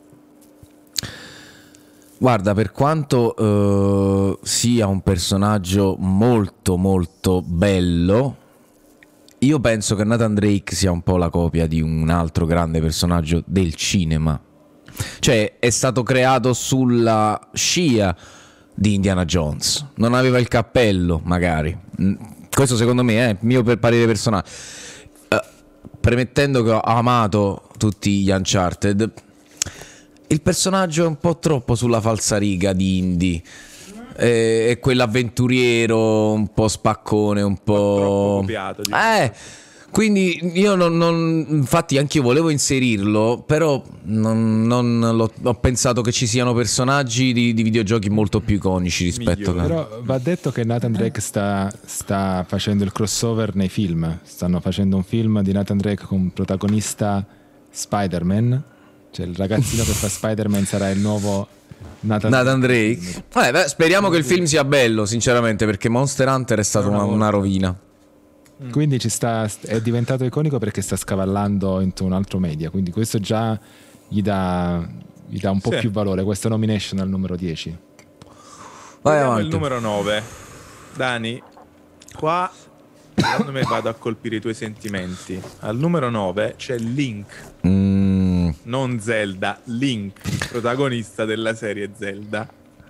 Guarda, per quanto sia un personaggio molto molto bello, io penso che Nathan Drake sia un po' la copia di un altro grande personaggio del cinema. Cioè, è stato creato sulla scia di Indiana Jones. Non aveva il cappello, magari. Questo secondo me è mio per parere personale. Premettendo che ho amato tutti gli Uncharted, il personaggio è un po' troppo sulla falsariga di Indy. È quell'avventuriero un po' spaccone, un po' troppo copiato, diciamo. Quindi io infatti anch'io volevo inserirlo, però ho pensato che ci siano personaggi di videogiochi molto più iconici rispetto a... Però va detto che Nathan Drake sta facendo il crossover nei film. Stanno facendo un film di Nathan Drake con protagonista Spider-Man. Cioè il ragazzino che fa Spider-Man sarà il nuovo Nathan Drake. Speriamo che il film sia bello, sinceramente, perché Monster Hunter è stato una rovina. Quindi è diventato iconico perché sta scavallando into un altro media, quindi questo già gli dà un po' più valore, questa nomination al numero 10. Vediamo il numero 9. Dani, qua secondo me vado a colpire i tuoi sentimenti. Al numero 9 c'è Link, non Zelda, Link, protagonista della serie Zelda.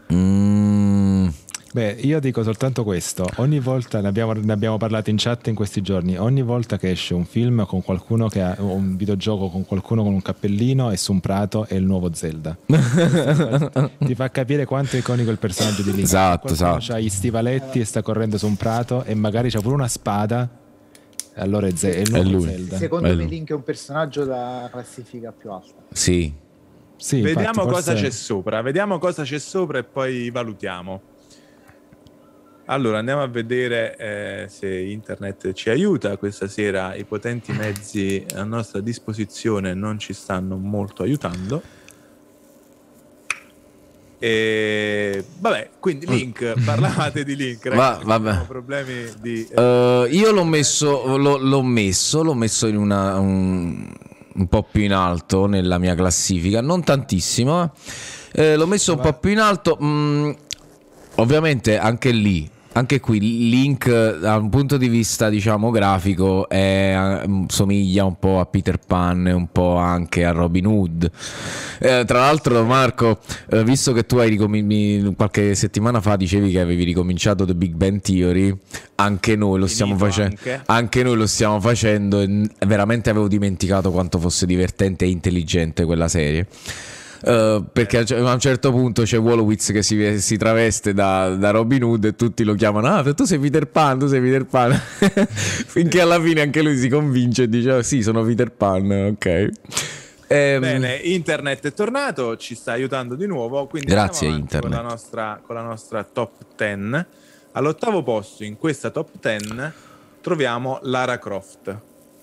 Beh, io dico soltanto questo: ogni volta ne abbiamo parlato in chat in questi giorni, ogni volta che esce un film con qualcuno che ha un videogioco con qualcuno con un cappellino e su un prato è il nuovo Zelda. Ti fa capire quanto è iconico il personaggio di Link. Esatto. C'ha gli stivaletti e sta correndo su un prato e magari c'ha pure una spada, allora è il nuovo Zelda. Secondo me Link è un personaggio da classifica più alta. Sì, Vediamo infatti, cosa c'è sopra e poi valutiamo. Allora andiamo a vedere se internet ci aiuta. Questa sera i potenti mezzi a nostra disposizione non ci stanno molto aiutando. Vabbè, quindi Link, parlavate di Link, ragazzi, vabbè. Problemi di io l'ho messo in un po' più in alto nella mia classifica, non tantissimo, l'ho messo un po' più in alto. Ovviamente anche qui Link da un punto di vista diciamo grafico somiglia un po' a Peter Pan e un po' anche a Robin Hood. Tra l'altro Marco, visto che tu qualche settimana fa dicevi che avevi ricominciato The Big Bang Theory, anche noi lo stiamo facendo e veramente avevo dimenticato quanto fosse divertente e intelligente quella serie. Perché a un certo punto c'è Wolowitz che si traveste da Robin Hood e tutti lo chiamano tu sei Peter Pan finché alla fine anche lui si convince e dice sì, sono Peter Pan, ok. Bene, internet è tornato, ci sta aiutando di nuovo, quindi grazie internet con la nostra top 10. All'8° posto in questa top 10 troviamo Lara Croft.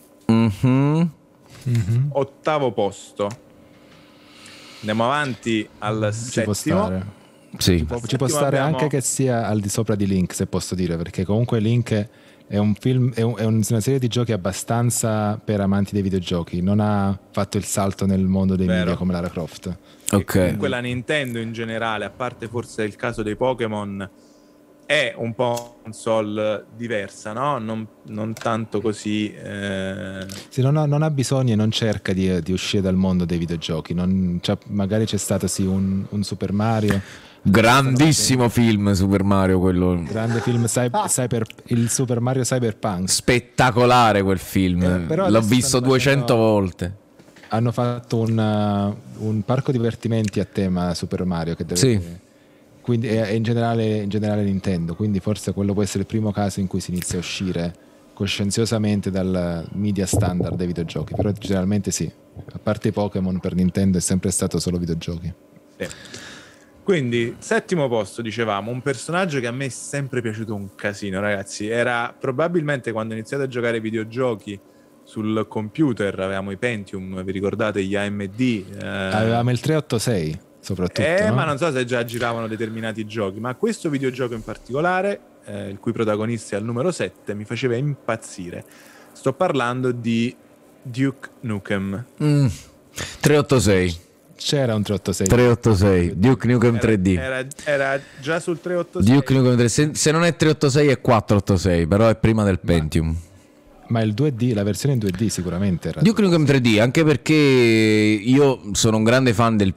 8° posto. Andiamo avanti al 7°. Ci può stare anche che sia al di sopra di Link, se posso dire, perché comunque Link è un film, è una serie di giochi abbastanza per amanti dei videogiochi, non ha fatto il salto nel mondo dei media come Lara Croft. Comunque la Nintendo in generale, a parte forse il caso dei Pokémon, è un po' una console diversa, no? Non tanto così. Sì, non ha bisogno e non cerca di uscire dal mondo dei videogiochi. Magari c'è stato un Super Mario. Grandissimo film Super Mario, quello. Grande film, il Super Mario Cyberpunk. Spettacolare quel film. L'ho visto 200 volte. Hanno fatto un parco divertimenti a tema Super Mario che deve. Sì. quindi in generale Nintendo, quindi forse quello può essere il primo caso in cui si inizia a uscire coscienziosamente dal media standard dei videogiochi, però generalmente sì, a parte i Pokémon per Nintendo è sempre stato solo videogiochi. Sì. Quindi, settimo posto, dicevamo, un personaggio che a me è sempre piaciuto un casino, ragazzi. Era probabilmente quando ho iniziato a giocare ai videogiochi sul computer, avevamo i Pentium, vi ricordate, gli AMD? Avevamo il 386 soprattutto, no? Ma non so se già giravano determinati giochi, ma questo videogioco in particolare, il cui protagonista è al numero 7, mi faceva impazzire. Sto parlando di Duke Nukem. 386. C'era un 386. 386. Duke Nukem 3D. Era già sul 386. Duke Nukem 3D. Se non è 386 è 486, però è prima del Pentium. Ma il 2D, la versione in 2D sicuramente era. Duke Nukem 3D, anche perché io sono un grande fan di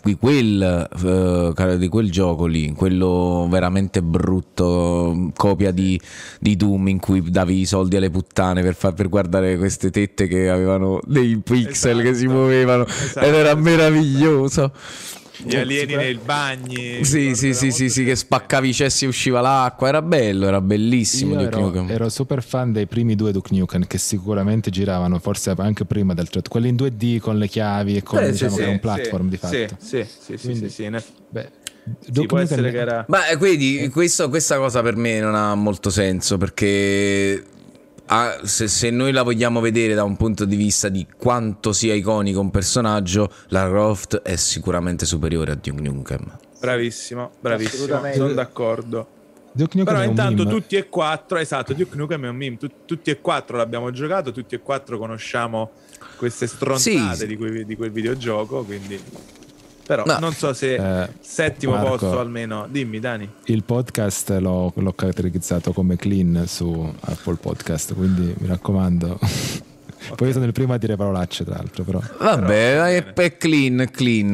quel gioco lì, quello veramente brutto, copia di Doom, in cui davi i soldi alle puttane per guardare queste tette che avevano dei pixel che si muovevano, ed era meraviglioso. Gli alieni nei bagni. Sì, che spaccavi i cessi e usciva l'acqua. Era bello, era bellissimo. Io ero super fan dei primi due Duke Nukem, che sicuramente giravano forse anche prima del 3, quelli in 2D con le chiavi e con, diciamo che era un platform di fatto. Sì. Beh, può essere che era. Ma quindi questa cosa per me non ha molto senso, perché se noi la vogliamo vedere da un punto di vista di quanto sia iconico un personaggio, Lara Croft è sicuramente superiore a Duke Nukem. Bravissimo, sono d'accordo. Duke Nukem però è un intanto meme. tutti e quattro, esatto, Duke Nukem è un meme, tutti e quattro l'abbiamo giocato, tutti e quattro conosciamo queste stronzate di quel videogioco, quindi. Però no. Non so se settimo Marco, posto almeno. Dimmi, Dani. Il podcast l'ho caratterizzato come clean su Apple Podcast, quindi mi raccomando. Okay. Poi io sono il primo a dire parolacce, tra l'altro, però. Vabbè, è clean.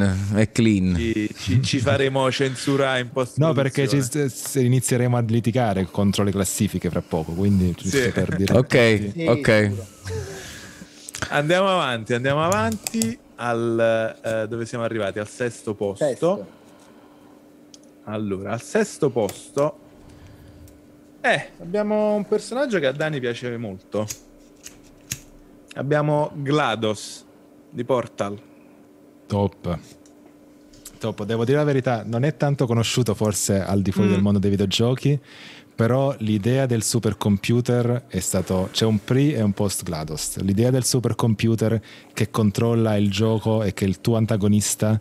Ci faremo censura in post. No, perché inizieremo a litigare contro le classifiche fra poco, quindi giusto per dire. Ok. Andiamo avanti. Dove siamo arrivati? Al sesto posto. Sesto. Allora, al sesto posto abbiamo un personaggio che a Dani piace molto. Abbiamo GLaDOS di Portal. Top, devo dire la verità, non è tanto conosciuto forse al di fuori del mondo dei videogiochi, però l'idea del supercomputer è stato, c'è un pre e un post GLaDOS. L'idea del supercomputer che controlla il gioco e che è il tuo antagonista,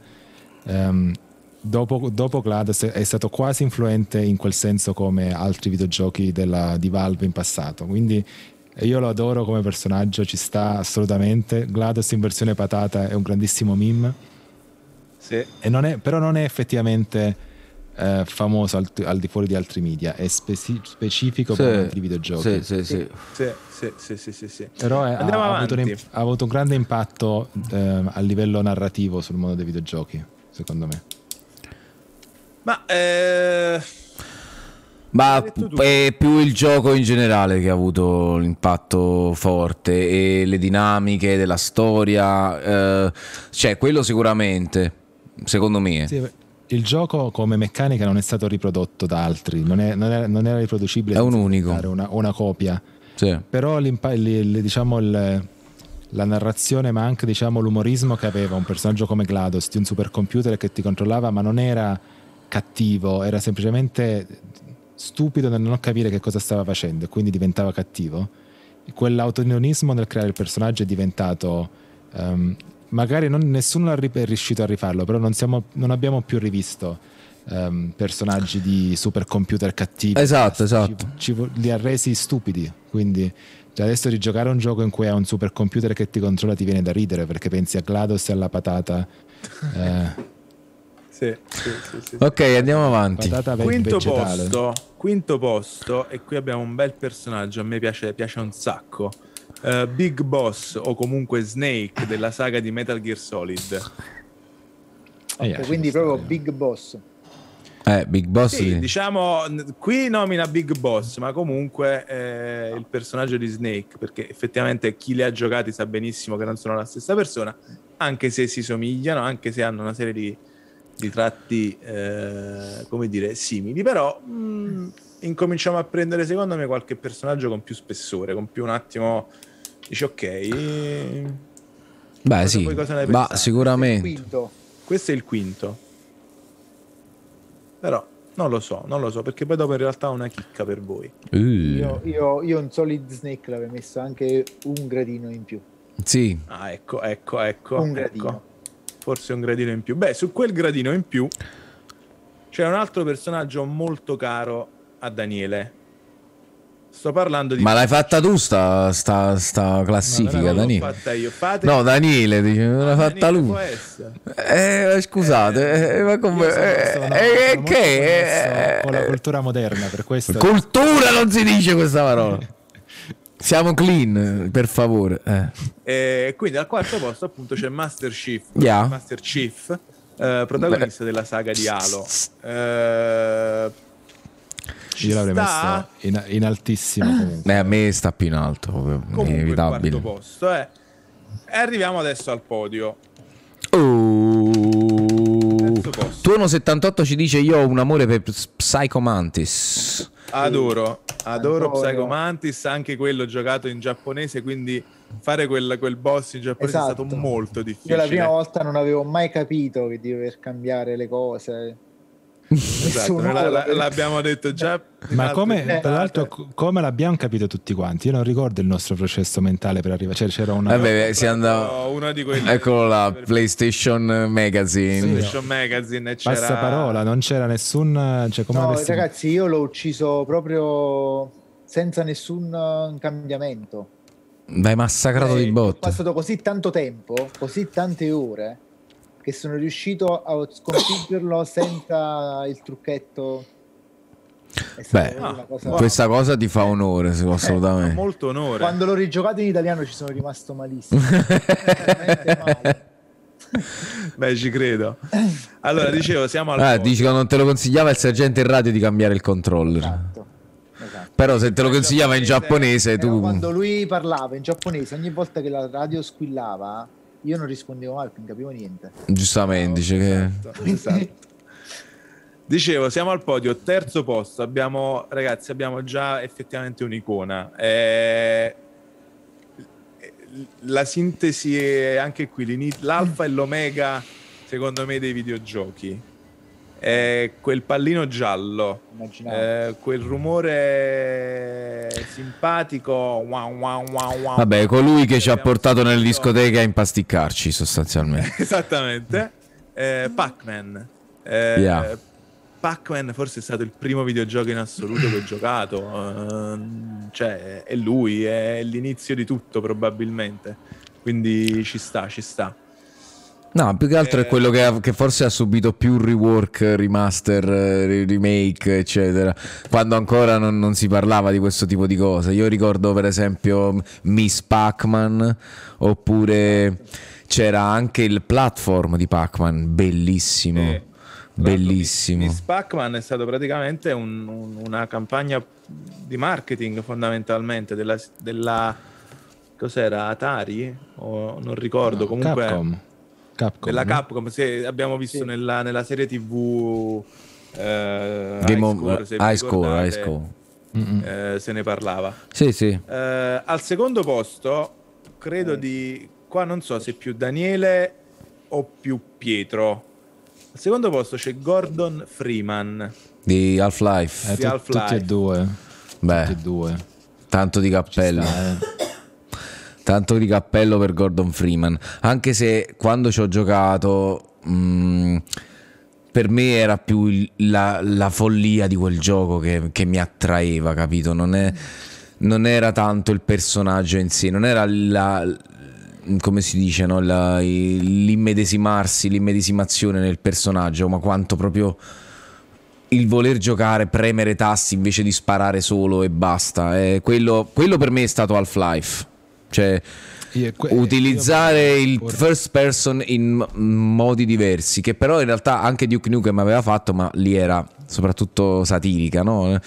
dopo GLaDOS è stato quasi influente in quel senso come altri videogiochi di Valve in passato, quindi io lo adoro come personaggio, ci sta assolutamente. GLaDOS in versione patata è un grandissimo meme, sì. Però non è effettivamente famoso al di fuori di altri media, è specifico per altri videogiochi. Sì. Però ha avuto un grande impatto a livello narrativo sul mondo dei videogiochi, secondo me. Ma è più il gioco in generale che ha avuto l'impatto forte, e le dinamiche della storia, cioè quello sicuramente, secondo me. Sì, il gioco come meccanica non è stato riprodotto da altri, non era riproducibile, è un unico, una copia. Sì. Però diciamo la narrazione, ma anche diciamo l'umorismo che aveva un personaggio come GLaDOS di un supercomputer che ti controllava, ma non era cattivo, era semplicemente stupido nel non capire che cosa stava facendo e quindi diventava cattivo. Quell'autonomismo nel creare il personaggio è diventato magari nessuno è riuscito a rifarlo, però non abbiamo più rivisto personaggi di supercomputer cattivi. Esatto. Li ha resi stupidi, quindi adesso rigiocare un gioco in cui hai un supercomputer che ti controlla ti viene da ridere, perché pensi a GLaDOS e alla patata. Sì. Ok, andiamo avanti. Quinto posto, e qui abbiamo un bel personaggio, a me piace un sacco. Big Boss, o comunque Snake della saga di Metal Gear Solid. Quindi proprio Big Boss. Big Boss. Sì, diciamo, qui nomina Big Boss, ma comunque il personaggio di Snake, perché effettivamente chi li ha giocati sa benissimo che non sono la stessa persona, anche se si somigliano, anche se hanno una serie di tratti come dire simili, però incominciamo a prendere secondo me qualche personaggio con più spessore, con più un attimo dici ok, Beh, sì, cosa ne ma pensate? sicuramente. Quinto. Questo è il quinto, però non lo so perché poi dopo in realtà ho una chicca per voi. Io un Solid Snake l'avevo messo anche un gradino in più. Sì, Ecco. Un gradino. Forse un gradino in più. Beh, su quel gradino in più c'è un altro personaggio molto caro a Daniele. Sto parlando di... ma l'hai fatta tu sta classifica, non l'ho Daniele? fatta io. Fate... No, Daniele, dice, non l'ha fatta Daniele, lui. può essere. Scusate, ma come... Io sono molto connesso con la cultura moderna, per questo Cultura non si dice questa parola. Siamo clean, per favore. Quindi al quarto posto appunto c'è Master Chief, Yeah. Master Chief, protagonista della saga di Halo. Ci io l'avrei sta messo in altissimo comunque. A me sta più in alto, proprio, comunque il inevitabile. quarto posto. E arriviamo adesso al podio. Terzo posto. Tuono 78 ci dice: io ho un amore per Psycho Mantis. Adoro Antonio. Psycho Mantis, anche quello giocato in giapponese, quindi fare quel boss in giapponese è stato molto difficile. Io la prima volta non avevo mai capito che di dover cambiare le cose. Esatto, l'abbiamo detto già. Ma come, altre tra l'altro, puntate. come l'abbiamo capito tutti quanti? Io non ricordo il nostro processo mentale per arrivare. Cioè, c'era una. Vabbè, si andava. Uno di quelli. Eccolo là, PlayStation Magazine. PlayStation Magazine, e c'era... Passa parola, non c'era nessun. Cioè, come No, avessi- ragazzi, io l'ho ucciso proprio senza nessun cambiamento. L'hai massacrato di Ho botte. passato così tanto tempo, così tante ore, che sono riuscito a sconfiggerlo senza il trucchetto. È stata Beh, una cosa- questa cosa ti fa onore, assolutamente. molto onore. Quando l'ho rigiocato in italiano ci sono rimasto malissimo. Veramente male. Beh, ci credo. Allora, dicevo, siamo al Dici che non te lo consigliava il sergente in radio di cambiare il controller. Esatto. Però se te lo consigliava in giapponese, Però tu. quando lui parlava in giapponese, ogni volta che la radio squillava, io non rispondevo mai perché non capivo niente. Giustamente, dice che. Esatto. Dicevo, siamo al podio, terzo posto. Ragazzi, abbiamo già effettivamente un'icona. La sintesi è anche qui, l'alfa e l'omega, secondo me, dei videogiochi. Quel pallino giallo, Immaginate. quel rumore simpatico. Wow, wow, wow, wow. Vabbè, colui che ci ha portato nelle discoteche a impasticcarci, sostanzialmente. Esattamente. Pac-Man. Yeah. Pac-Man forse è stato il primo videogioco in assoluto che ho giocato. Cioè, è lui, è l'inizio di tutto probabilmente. Quindi ci sta. No, più che altro è quello che forse ha subito più rework, remaster, remake, eccetera. Quando ancora non si parlava di questo tipo di cose. Io ricordo per esempio Miss Pac-Man, oppure c'era anche il platform di Pac-Man, bellissimo. Bellissimo. Miss Pac-Man è stato praticamente una campagna di marketing fondamentalmente della cos'era, Atari? O non ricordo, comunque Capcom. della no? Capcom, abbiamo visto nella serie TV Game of High Score. se ne parlava. Sì. Al secondo posto credo di qua non so se più Daniele o più Pietro. Al secondo posto c'è Gordon Freeman Di Half-Life. di Half-Life. Tutti e due. Beh, Tutti e due. tanto di cappello. Tanto di cappello per Gordon Freeman. Anche se quando ci ho giocato, per me era più la follia di quel gioco che mi attraeva, capito? Non era tanto il personaggio in sé, non era come si dice, no? L'immedesimazione nel personaggio, ma quanto proprio il voler giocare, premere tasti invece di sparare solo e basta. Quello per me è stato Half-Life. Cioè, utilizzare il first person in modi diversi, che però in realtà anche Duke Nukem aveva fatto, ma lì era soprattutto satirica, no?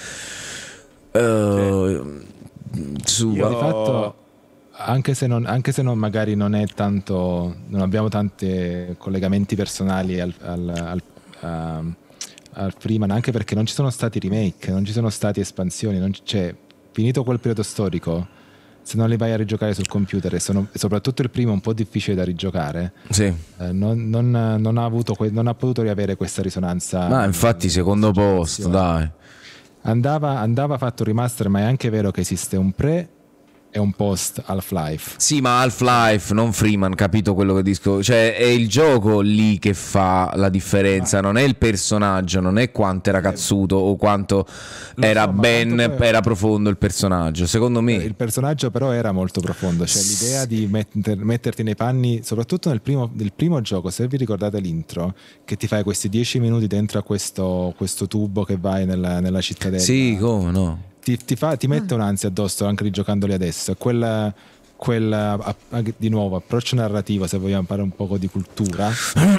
Su Di fatto, anche se non magari non è tanto, non abbiamo tanti collegamenti personali al al Freeman, anche perché non ci sono stati remake, non ci sono stati espansioni, cioè, finito quel periodo storico, se non li vai a rigiocare sul computer, e soprattutto il primo è un po' difficile da rigiocare, Sì. non ha potuto riavere questa risonanza. Ma infatti secondo posto, dai. Andava fatto un remaster, ma è anche vero che esiste un pre e un post Half-Life. Sì, ma Half-Life, non Freeman, capito quello che dico? Cioè è il gioco lì che fa la differenza, non è il personaggio, non è quanto era cazzuto o quanto era era profondo il personaggio, secondo me. Il personaggio però era molto profondo, cioè l'idea di metterti nei panni, soprattutto nel primo gioco, se vi ricordate l'intro, che ti fai questi 10 minuti dentro a questo tubo che vai nella cittadella. Sì, come no? Ti mette un'ansia addosso anche rigiocandoli adesso. Di nuovo approccio narrativo, se vogliamo parlare un po' di cultura,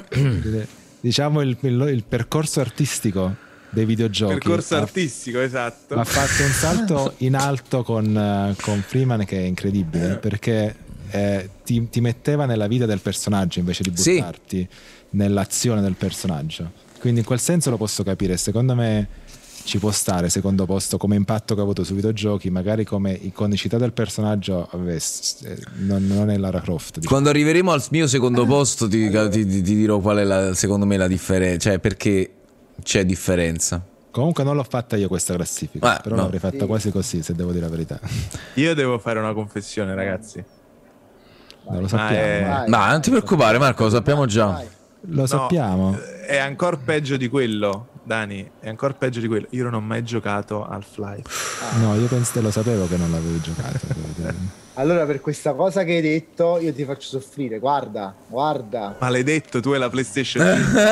diciamo il percorso artistico dei videogiochi. Percorso artistico, esatto. Ha fatto un salto in alto con Freeman che è incredibile, perché ti metteva nella vita del personaggio invece di buttarti nell'azione del personaggio. Quindi in quel senso lo posso capire. Secondo me ci può stare secondo posto come impatto che ha avuto sui videogiochi, magari come iconicità del personaggio non è Lara Croft, diciamo. Quando arriveremo al mio secondo posto ti dirò qual è secondo me la differenza, cioè perché c'è differenza. Comunque non l'ho fatta io questa classifica, però l'avrei fatta quasi così, se devo dire la verità. Io devo fare una confessione, ragazzi. Lo sappiamo. Ma non ti preoccupare, Marco, lo sappiamo già. Vai. Lo sappiamo. È ancora peggio di quello, Dani, è ancora peggio di quello. Io non ho mai giocato Half-Life. No, io lo sapevo che non l'avevi giocato. Allora, per questa cosa che hai detto, io ti faccio soffrire. Guarda. Maledetto, tu e la PlayStation.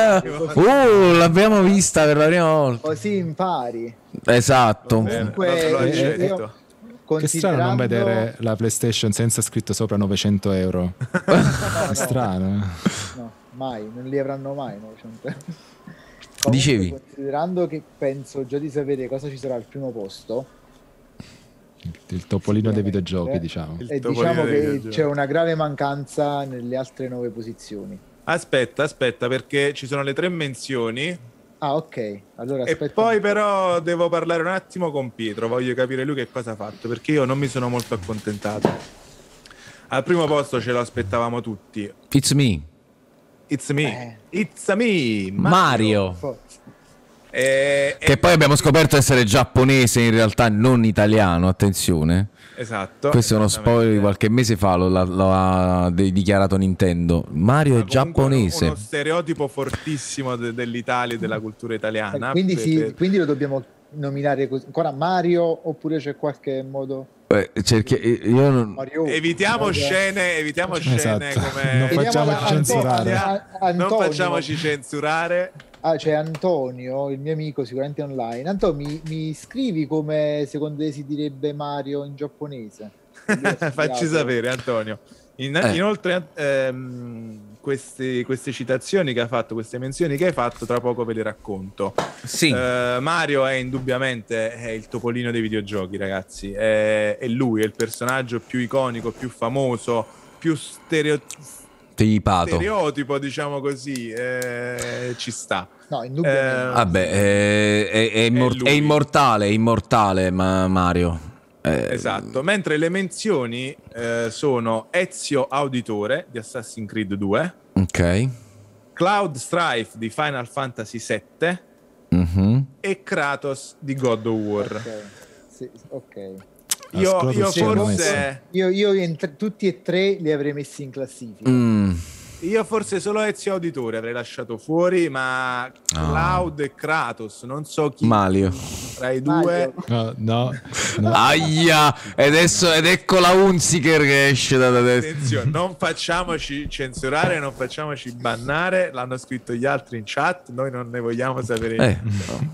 L'abbiamo vista per la prima volta. Così impari. Esatto. Comunque, lo accetto. io, Che strano non vedere la PlayStation senza scritto sopra 900 euro. È strano. No, mai, non li avranno mai 900 euro. Dicevi? Considerando che penso già di sapere cosa ci sarà al primo posto, Il topolino dei videogiochi, diciamo. e diciamo che c'è una grave mancanza nelle altre 9 posizioni. Aspetta, perché ci sono le 3 menzioni. Ah, ok. Allora, E aspetta poi un po'. però devo parlare un attimo con Pietro, voglio capire lui che cosa ha fatto, perché io non mi sono molto accontentato. Al primo posto ce lo aspettavamo tutti. It's me. It's me, Mario. Forza. Che poi abbiamo scoperto essere giapponese, in realtà non italiano, attenzione. Esatto. Questo è uno spoiler di qualche mese fa, lo ha dichiarato Nintendo. Mario è giapponese. Uno stereotipo fortissimo dell'Italia e della cultura italiana. Quindi lo dobbiamo nominare così. Ancora Mario, oppure c'è qualche modo? Io non... Mario. Evitiamo scene Esatto. come... Non facciamoci censurare. Non facciamoci censurare. Ah, c'è Antonio, il mio amico, sicuramente online. Antonio, mi scrivi come secondo te si direbbe Mario in giapponese? Facci sapere, Antonio. Inoltre, queste citazioni che ha fatto, queste menzioni che hai fatto, tra poco ve le racconto. Sì. Mario è indubbiamente il topolino dei videogiochi, ragazzi. È lui, è il personaggio più iconico, più famoso, più stereotipo, diciamo così. Ci sta. No, indubbiamente. Vabbè, è immortale Mario. Esatto, mentre le menzioni sono Ezio Auditore di Assassin's Creed 2, Ok. Cloud Strife di Final Fantasy VII e Kratos di God of War. Ok. Sì, ok. Io forse Tutti e tre li avrei messi in classifica. Io forse solo Ezio Auditore avrei lasciato fuori, ma Cloud e Kratos, non so chi Mario. tra i due. No. Aia! Ed ecco la Hunziker che esce da destra. Attenzione, non facciamoci censurare, non facciamoci bannare, l'hanno scritto gli altri in chat, noi non ne vogliamo sapere niente.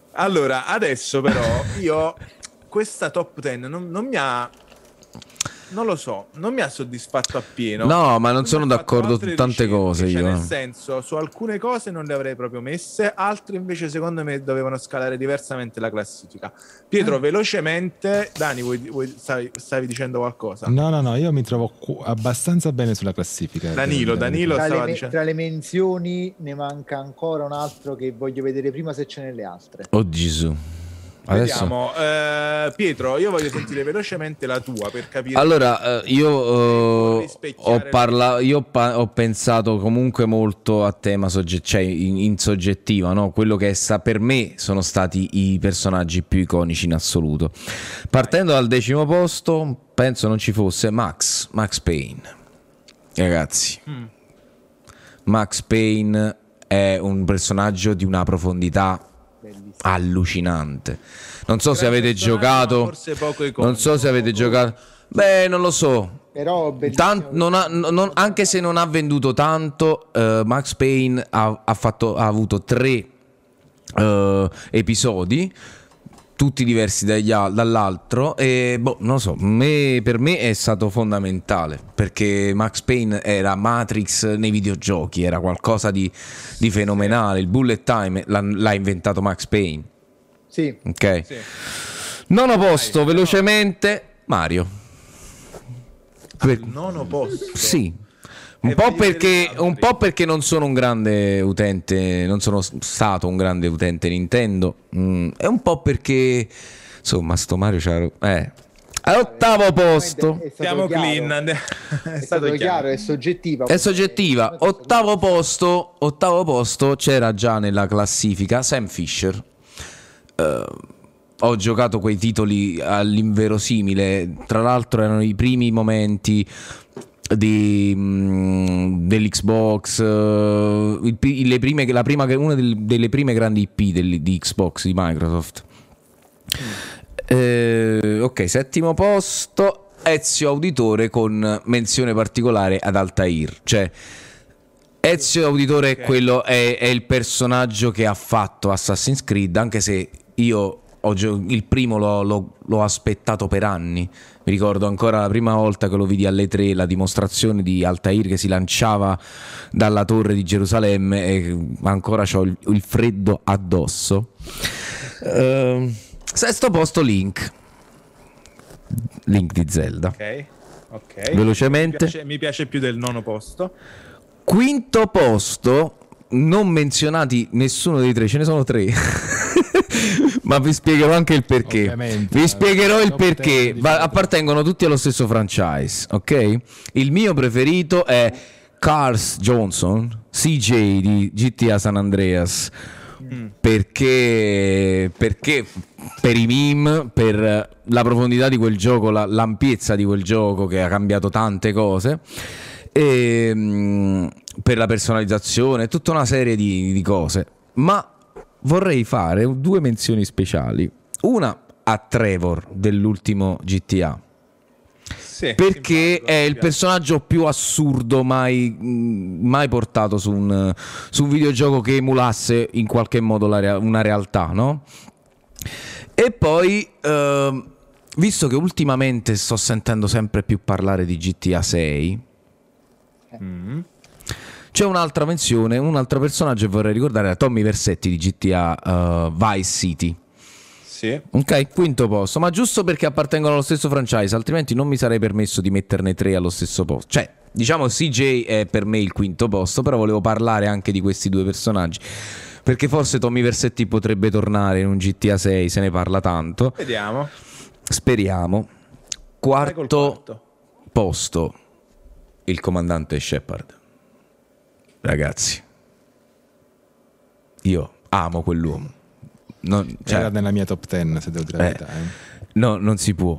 Allora, adesso però io questa top 10 non mi ha non lo so, non mi ha soddisfatto appieno. No, ma non Mi sono ha fatto d'accordo altre su tante ricerche, cose cioè, io. nel senso, su alcune cose non le avrei proprio messe, altre invece secondo me dovevano scalare diversamente la classifica. Pietro, velocemente, Dani, stavi dicendo qualcosa? No, io mi trovo abbastanza bene sulla classifica. Danilo stava dicendo. Tra le menzioni ne manca ancora un altro che voglio vedere prima se ce n'è le altre. Oh Gesù. Adesso... Vediamo, Pietro, io voglio sentire velocemente la tua per capire. Allora, io ho pensato comunque molto a tema cioè in soggettiva, no? Quello che per me sono stati i personaggi più iconici in assoluto. Partendo dal 10° posto, penso non ci fosse Max Payne. Ragazzi, Max Payne è un personaggio di una profondità allucinante. Non so se avete giocato, forse poco iconico, non so se avete giocato. Beh, non lo so. Però Anche se non ha venduto tanto, Max Payne ha avuto 3 episodi, tutti diversi dall'altro, e non lo so, per me è stato fondamentale, perché Max Payne era Matrix nei videogiochi, era qualcosa di fenomenale. Il bullet time l'ha inventato Max Payne. Sì. Ok. Sì. 9° posto, velocemente, Mario. Al 9° posto. Sì. Un po' perché non sono un grande utente, non sono stato un grande utente Nintendo, e un po' perché insomma sto Mario all'8° posto. Siamo clean. È stato chiaro, è soggettiva. È soggettiva. 8° posto c'era già nella classifica Sam Fisher. Ho giocato quei titoli all'inverosimile, tra l'altro erano i primi momenti dell'Xbox, una delle prime grandi IP di Xbox di Microsoft. Ok, 7° posto, Ezio Auditore con menzione particolare ad Altair. Cioè Ezio Auditore è il personaggio che ha fatto Assassin's Creed, anche se io il primo l'ho aspettato per anni. Mi ricordo ancora la prima volta che lo vidi alle 3, la dimostrazione di Altair che si lanciava dalla torre di Gerusalemme, e ancora c'ho il freddo addosso. 6° posto, Link di Zelda. Ok. Velocemente. Mi piace più del 9° posto. 5° posto, non menzionati nessuno dei 3, ce ne sono 3. Ma vi spiegherò anche il perché. Ovviamente, vi spiegherò il perché. Appartengono tutti allo stesso franchise, ok? Il mio preferito è Cars Johnson, CJ di GTA San Andreas. Perché per i meme, per la profondità di quel gioco, l'ampiezza di quel gioco che ha cambiato tante cose, e per la personalizzazione, tutta una serie di cose. Ma vorrei fare 2 menzioni speciali. Una a Trevor dell'ultimo GTA, perché è il personaggio più assurdo mai portato su un videogioco che emulasse in qualche modo una realtà, no? E poi visto che ultimamente sto sentendo sempre più parlare di GTA 6, c'è un'altra menzione, un altro personaggio che vorrei ricordare, è Tommy Vercetti di GTA Vice City. Sì. Ok, 5° posto, ma giusto perché appartengono allo stesso franchise, altrimenti non mi sarei permesso di metterne 3 allo stesso posto. Cioè, diciamo CJ è per me il 5° posto, però volevo parlare anche di questi 2 personaggi, perché forse Tommy Vercetti potrebbe tornare in un GTA 6, se ne parla tanto. Vediamo. Speriamo. 4° posto, il comandante Shepard. Ragazzi, io amo quell'uomo. Era nella mia top 10, se devo dire la verità. No, non si può.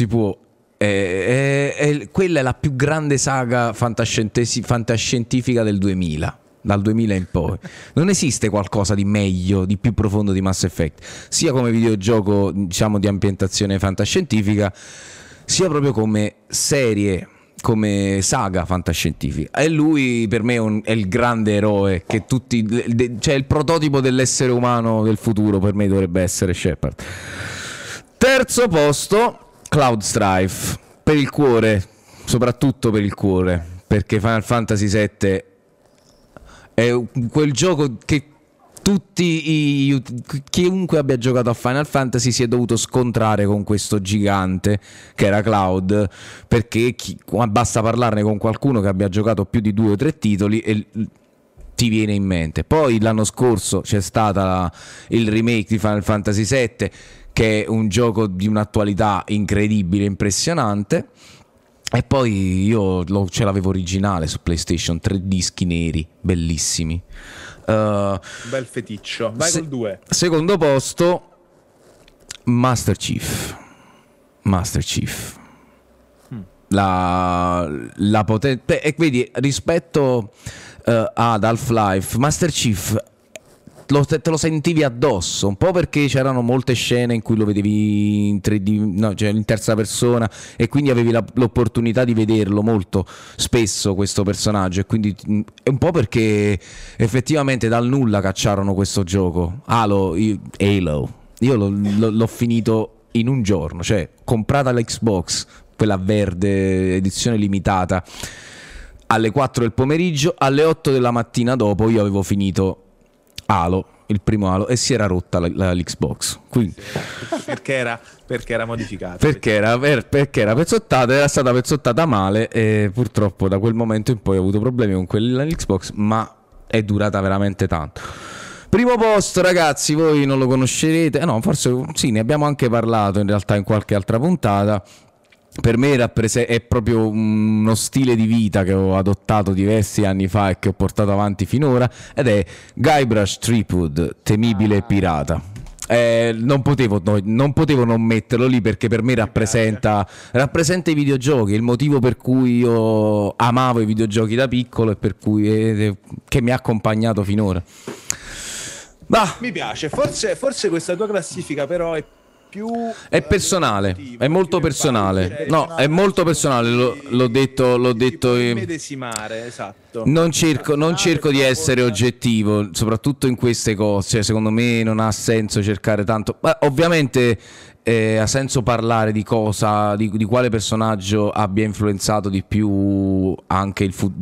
Quella è la più grande saga fantascientifica del 2000, dal 2000 in poi. Non esiste qualcosa di meglio, di più profondo di Mass Effect, sia come videogioco, diciamo, di ambientazione fantascientifica, sia proprio come serie, come saga fantascientifica. E lui per me è il grande eroe che cioè il prototipo dell'essere umano del futuro. Per me dovrebbe essere Shepard. 3° posto, Cloud Strife. per il cuore, soprattutto per il cuore, perché Final Fantasy VII è quel gioco che chiunque abbia giocato a Final Fantasy si è dovuto scontrare con questo gigante che era Cloud, perché basta parlarne con qualcuno che abbia giocato più di 2 o 3 titoli e ti viene in mente. Poi l'anno scorso c'è stata il remake di Final Fantasy VII, che è un gioco di un'attualità incredibile, impressionante. E poi io ce l'avevo originale su PlayStation, 3 dischi neri, bellissimi. Bel feticcio. Vai col 2. Secondo posto, Master Chief. La potenza. E vedi, rispetto ad Half-Life, Master Chief te lo sentivi addosso, un po' perché c'erano molte scene in cui lo vedevi in 3D, no, cioè in terza persona, e quindi avevi l'opportunità di vederlo molto spesso questo personaggio, e quindi è un po' perché effettivamente dal nulla cacciarono questo gioco. Halo, io l'ho finito in un giorno, cioè comprata l'Xbox, quella verde edizione limitata, alle 4 del pomeriggio, alle 8 della mattina dopo io avevo finito Halo, il primo Halo, e si era rotta l'Xbox. Quindi, perché era modificata. Perché era pezzottata, era stata pezzottata male, e purtroppo da quel momento in poi ho avuto problemi con l'Xbox, ma è durata veramente tanto. Primo posto, ragazzi, voi non lo conoscerete, no, forse sì, ne abbiamo anche parlato in realtà in qualche altra puntata. Per me è proprio uno stile di vita che ho adottato diversi anni fa e che ho portato avanti finora, ed è Guybrush Threepwood, temibile pirata. Non potevo non metterlo lì, perché per me rappresenta i videogiochi, il motivo per cui io amavo i videogiochi da piccolo e per cui che mi ha accompagnato finora. Mi piace, forse questa tua classifica però è personale, è molto personale. No, è molto personale, l'ho detto medesimare, esatto. Non cerco di essere oggettivo, soprattutto in queste cose, cioè, secondo me non ha senso cercare tanto. Beh, ovviamente ha senso parlare di cosa, di quale personaggio abbia influenzato di più anche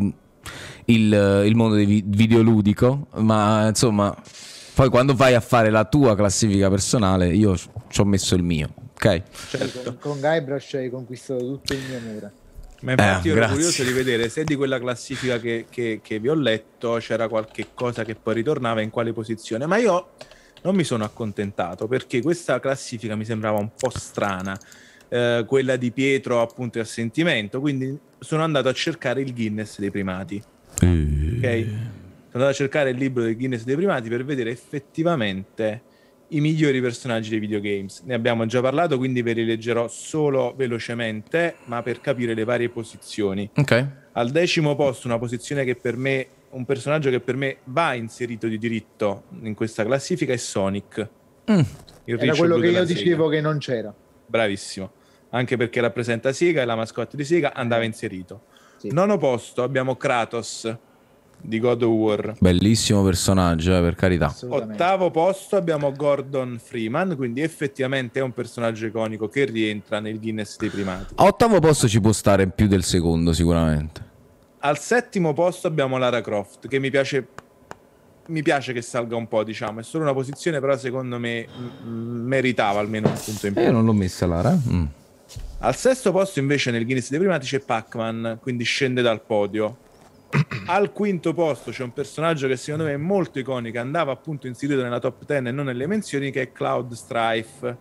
il mondo videoludico, ma insomma, poi quando vai a fare la tua classifica personale, io ci ho messo il mio, ok? Certo. Con Guybrush hai conquistato tutto il mio muro. Ma infatti io ero curioso di vedere se di quella classifica che vi ho letto c'era qualche cosa che poi ritornava, in quale posizione. Ma io non mi sono accontentato, perché questa classifica mi sembrava un po' strana, quella di Pietro appunto è a sentimento, quindi sono andato a cercare il Guinness dei primati, ok? Sono andato a cercare il libro del Guinness dei primati per vedere effettivamente i migliori personaggi dei videogames. Ne abbiamo già parlato, quindi ve li leggerò solo velocemente, ma per capire le varie posizioni. Ok. Al 10° posto, una posizione che per me, un personaggio che per me va inserito di diritto in questa classifica, è Sonic. Era quello che io dicevo che non c'era. Bravissimo. Anche perché rappresenta Sega, è la mascotte di Sega, andava inserito. Sì. 9° posto abbiamo Kratos di God of War. Bellissimo personaggio, per carità. 8° posto abbiamo Gordon Freeman, quindi effettivamente è un personaggio iconico che rientra nel Guinness dei primati. A 8° posto ci può stare più del secondo sicuramente. Al 7° posto abbiamo Lara Croft, che mi piace che salga un po', diciamo, è solo una posizione, però secondo me meritava almeno un punto in più. Io non l'ho messa Lara. Al 6° posto invece nel Guinness dei primati c'è Pac-Man, quindi scende dal podio. Al 5° posto c'è un personaggio che secondo me è molto iconico, andava appunto inserito nella top 10 e non nelle menzioni, che è Cloud Strife.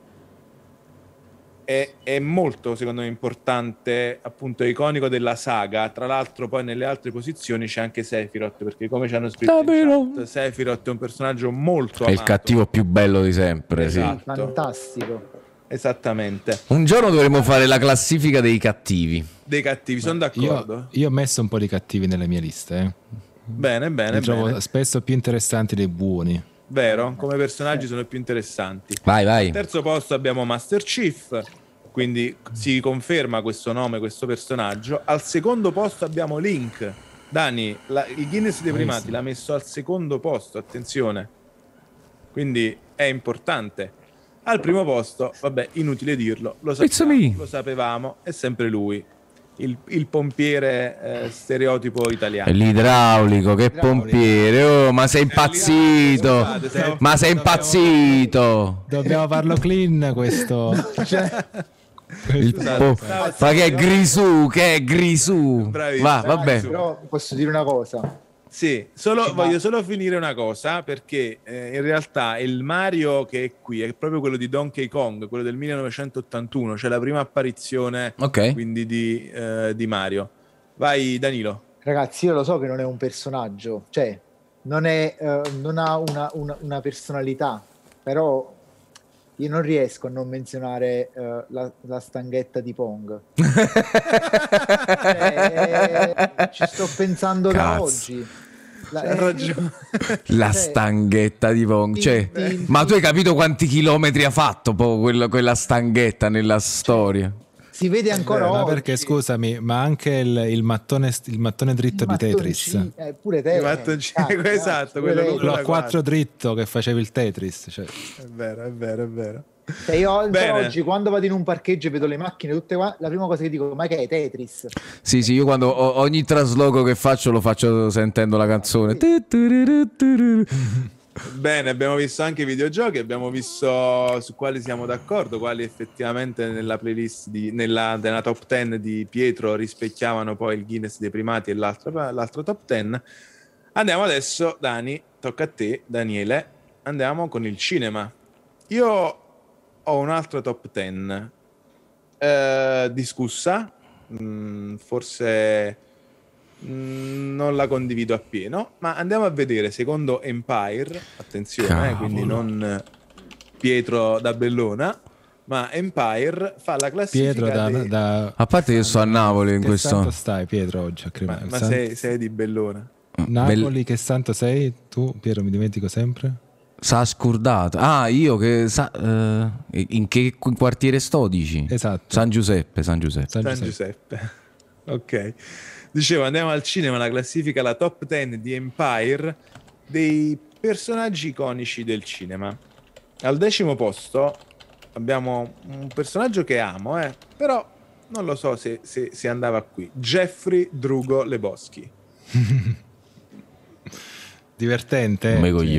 È molto, secondo me, importante, appunto iconico della saga. Tra l'altro poi nelle altre posizioni c'è anche Sephiroth, perché come ci hanno scritto in chat, Sephiroth è un personaggio molto amato. È il cattivo più bello di sempre. Esatto. Sì. Fantastico. Esattamente. Un giorno dovremo fare la classifica dei cattivi. Dei cattivi, sono d'accordo. Io ho messo un po' di cattivi nelle mie liste. Bene. Li trovo spesso più interessanti dei buoni. Vero, come personaggi sono più interessanti. Vai. Al 3° posto abbiamo Master Chief, quindi si conferma questo nome, questo personaggio. Al 2° posto abbiamo Link. Dani, il Guinness dei primati l'ha messo al 2° posto, attenzione. Quindi è importante. Al primo posto, vabbè, inutile dirlo, lo It's me. sapevamo, è sempre lui, il pompiere stereotipo italiano. È l'idraulico, che pompiere. Oh, ma sei impazzito. Scusate, Ma sei impazzito. Dobbiamo farlo clean questo. Il po- ma che è Grisù, che è Grisù. Bravissimo. Va, vabbè. Però posso dire una cosa. Sì, voglio solo finire una cosa, perché in realtà il Mario che è qui è proprio quello di Donkey Kong, quello del 1981, cioè la prima apparizione Ok. quindi di Mario. Vai Danilo. Ragazzi, io lo so che non è un personaggio, cioè non ha una personalità, però io non riesco a non menzionare la stanghetta di Pong. Ci sto pensando da Cazzo. oggi. Hai ragione. La stanghetta di Pong. Cioè, ma tu hai capito quanti chilometri ha fatto quella stanghetta nella storia? Si vede ancora Ma oggi. perché scusami, ma anche il mattone dritto di Tetris. Pure te. Il mattoncino, esatto, quello lungo. Quello a la 4 dritto che facevi il Tetris. Cioè. È vero, è vero, è vero. Cioè, io ancora Bene. oggi quando vado in un parcheggio e vedo le macchine tutte qua, la prima cosa che dico, ma che è Tetris? Sì, io quando ogni trasloco che faccio lo faccio sentendo la canzone. Bene, abbiamo visto anche i videogiochi, abbiamo visto su quali siamo d'accordo, quali effettivamente nella playlist nella top 10 di Pietro rispecchiavano poi il Guinness dei primati e l'altro top 10. Andiamo adesso, Dani, tocca a te, Daniele, andiamo con il cinema. Io ho un'altra top 10 discussa, forse non la condivido appieno, ma andiamo a vedere secondo Empire, attenzione, Cavolo. quindi non Pietro da Bellona, ma Empire fa la Pietro classifica A parte che io sto a Napoli in che santo questo. stai Pietro oggi? ma sei di Bellona. Napoli, che santo sei? Tu Pietro mi dimentico sempre. S'ha scurdato. Ah, io che in che quartiere sto, dici? Esatto. San Giuseppe. San Giuseppe. Ok. Dicevo, andiamo al cinema, la classifica, la top 10 di Empire dei personaggi iconici del cinema. Al 10° posto abbiamo un personaggio che amo, però non lo so se andava qui. Jeffrey Drugo Lebowski. Divertente.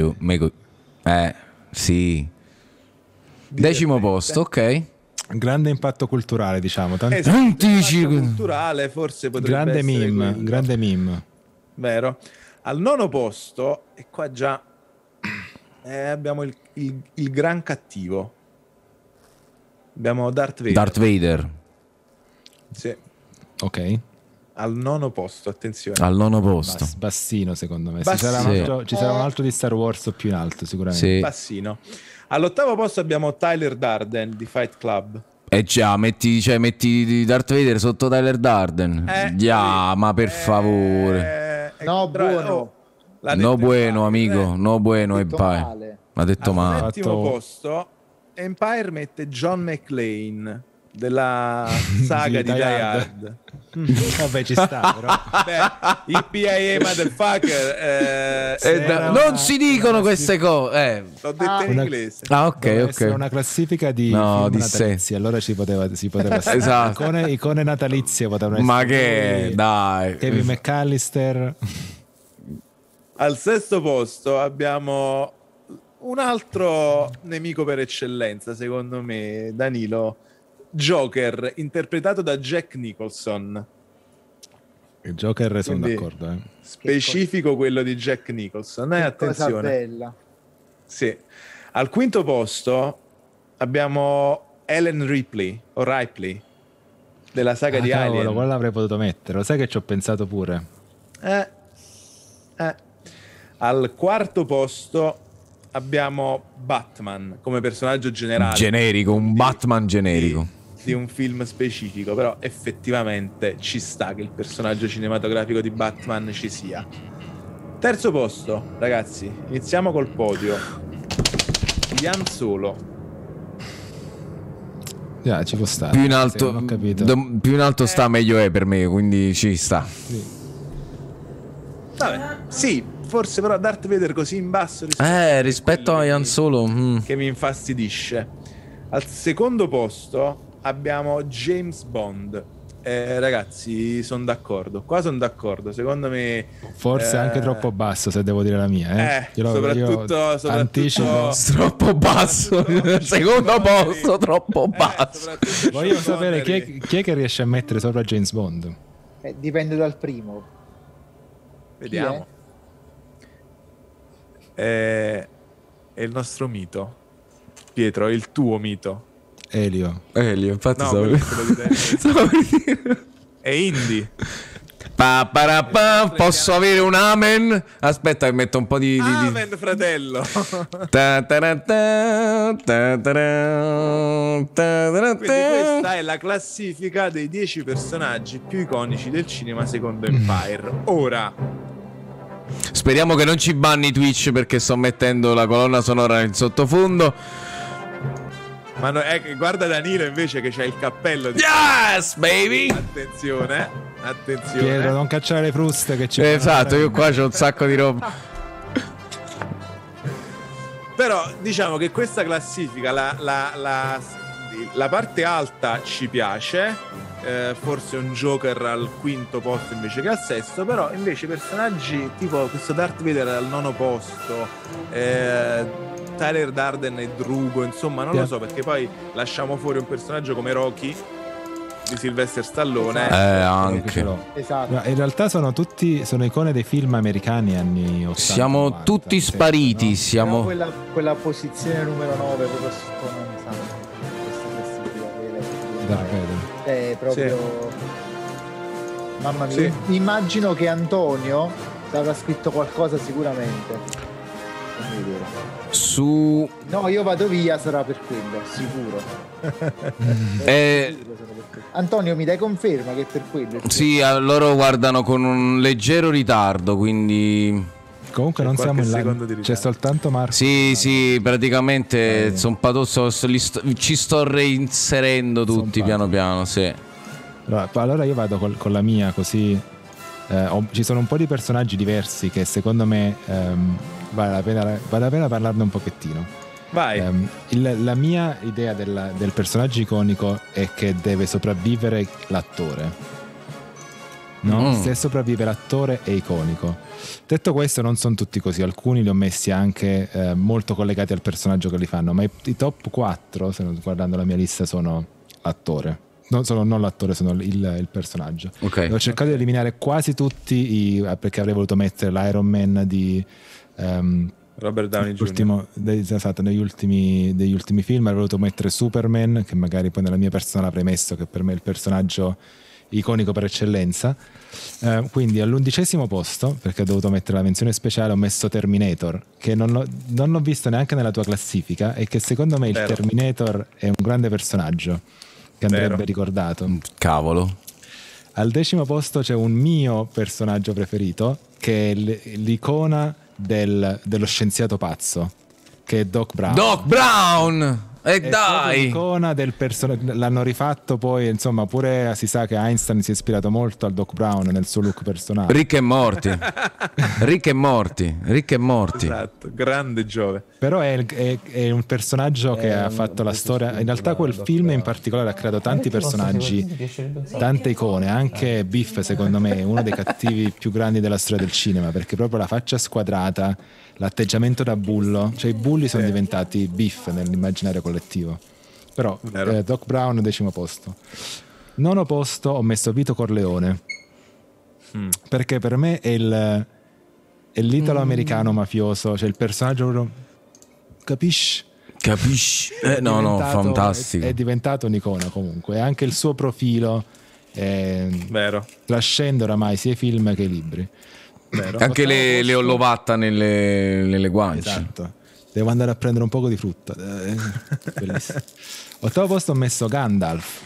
Sì. 10° posto, ok. Grande impatto culturale, diciamo. Esatto, Tantici- culturale, forse potrebbe Grande essere meme, quello. grande meme. Vero. Al 9° posto, e qua già abbiamo il gran cattivo. Abbiamo Darth Vader. Darth Vader. Sì. Ok. Al 9° posto, attenzione. Al 9° posto. Bassino secondo me. Bassino. Ci sarà un altro di Star Wars più in alto sicuramente. Sì. Bassino. All'8° posto abbiamo Tyler Durden di Fight Club. E già, metti Darth Vader sotto Tyler Durden. Ma per favore. No, buono. l'ha No detto bueno, Empire, amico. No bueno, Detto Empire. male. Ma detto Al male. 7° Fatto- posto Empire mette John McClane della saga Sì, di Die Die Hard. Vabbè, ci sta, però. Beh, il PIA motherfucker, Non si dicono queste cose. l'ho detto in Una- inglese. Ah, ok, Doveva essere ok. una classifica di No, film di natalizi, allora si poteva stare. Esatto. Icone natalizie potevano essere. Ma che, lui, dai. Kevin McAllister. Al 6° posto abbiamo un altro nemico per eccellenza, secondo me, Danilo. Joker, interpretato da Jack Nicholson. Il Joker sono Quindi- d'accordo. Specifico quello di Jack Nicholson. Cosa Attenzione. bella. Sì. Al 5° posto abbiamo Ellen Ripley o Ripley della saga di Cavolo, Alien. quello l'avrei potuto mettere. Lo sai che ci ho pensato pure. Al 4° posto abbiamo Batman come personaggio generale Generico, un Batman generico. di un film specifico, però effettivamente ci sta che il personaggio cinematografico di Batman ci sia. 3° posto, ragazzi, iniziamo col podio. Han Solo. Ci può stare. Più in Sì, alto, non ho capito. più in alto sta, meglio è per me, quindi ci sta. Vabbè, sì, forse però Darth Vader così in basso rispetto Rispetto a Han Solo. che mi infastidisce. Al secondo posto abbiamo James Bond. Ragazzi, sono d'accordo. Qua sono d'accordo. Secondo me, forse anche troppo basso, se devo dire la mia. Soprattutto anticipo. Troppo basso. Secondo posto, troppo basso. Voglio sapere chi è che riesce a mettere sopra James Bond. Dipende dal primo. Vediamo. È il nostro mito. Pietro, è il tuo mito. Elio, infatti No, stavo per dire. È Indy. Posso avere un amen? Aspetta che metto un po' di Amen, fratello. Quindi questa è la classifica dei 10 personaggi più iconici del cinema secondo Empire. Ora, speriamo che non ci banni Twitch, perché sto mettendo la colonna sonora nel sottofondo. ma guarda Danilo invece che c'ha il cappello di... Yes, baby! Attenzione. Pietro, non cacciare le fruste che ci esatto, io qua c'ho un sacco di roba. Però diciamo che questa classifica, la parte alta ci piace, forse un Joker al quinto posto invece che al sesto, però invece personaggi tipo questo Darth Vader al nono posto, Tyler Durden e Drugo, insomma non lo so, perché poi lasciamo fuori un personaggio come Rocky di Sylvester Stallone. Anche. Esatto. In realtà sono icone dei film americani anni 80. Siamo 90, tutti spariti, no? siamo... Quella posizione numero 9 proprio sotto questa classifica è proprio mamma mia. Sì. Immagino che Antonio avrà scritto qualcosa sicuramente. Fammi vedere. No, io vado via, sarà per quello, sicuro. Antonio, mi dai conferma che è per quello? Sì, loro guardano con un leggero ritardo, quindi... Comunque non siamo in live, c'è soltanto Marco. Sì, praticamente ci sto reinserendo tutti piano piano, sì. Allora io vado con la mia, così ci sono un po' di personaggi diversi che secondo me vale la pena parlarne un pochettino. Vai. La mia idea del personaggio iconico è che deve sopravvivere l'attore, no? Se sopravvive l'attore è iconico. Detto questo, non sono tutti così, alcuni li ho messi anche molto collegati al personaggio che li fanno, ma i top 4, guardando la mia lista, sono l'attore. Non l'attore, sono il personaggio. Okay. Ho cercato di eliminare quasi tutti perché avrei voluto mettere l'Iron Man di Robert Downey Jr. Esatto, degli ultimi film avrei voluto mettere Superman, che magari poi nella mia persona l'avrei messo, che per me è il personaggio iconico per eccellenza. Quindi all'11° posto, perché ho dovuto mettere la menzione speciale, ho messo Terminator, che non l'ho visto neanche nella tua classifica, e che secondo me il Terminator è un grande personaggio che andrebbe ricordato. Cavolo. Al 10° posto c'è un mio personaggio preferito, che è l'icona dello scienziato pazzo, che è Doc Brown. Doc Brown! E dai! L'icona del personaggio. L'hanno rifatto poi, insomma, pure si sa che Einstein si è ispirato molto al Doc Brown nel suo look personale. Rick e Morty. Esatto, grande Giove. Però è un personaggio che ha fatto la storia. In realtà quel film in particolare ha creato tanti personaggi, tante icone. Anche Biff, secondo me, è uno dei cattivi più grandi della storia del cinema, perché proprio la faccia squadrata, l'atteggiamento da bullo, cioè i bulli sono diventati Biff nell'immaginario collettivo. Però Doc Brown 10° posto. 9° posto ho messo Vito Corleone, perché per me è l'italo-americano mafioso, cioè il personaggio proprio, capisci? No, fantastico. È diventato un'icona comunque, e anche il suo profilo Vero. trascende oramai sia i film che i libri. Vero. Anche le Ollovatta nelle guance. Esatto. Devo andare a prendere un poco di frutta. Bellissimo. 8° posto ho messo Gandalf.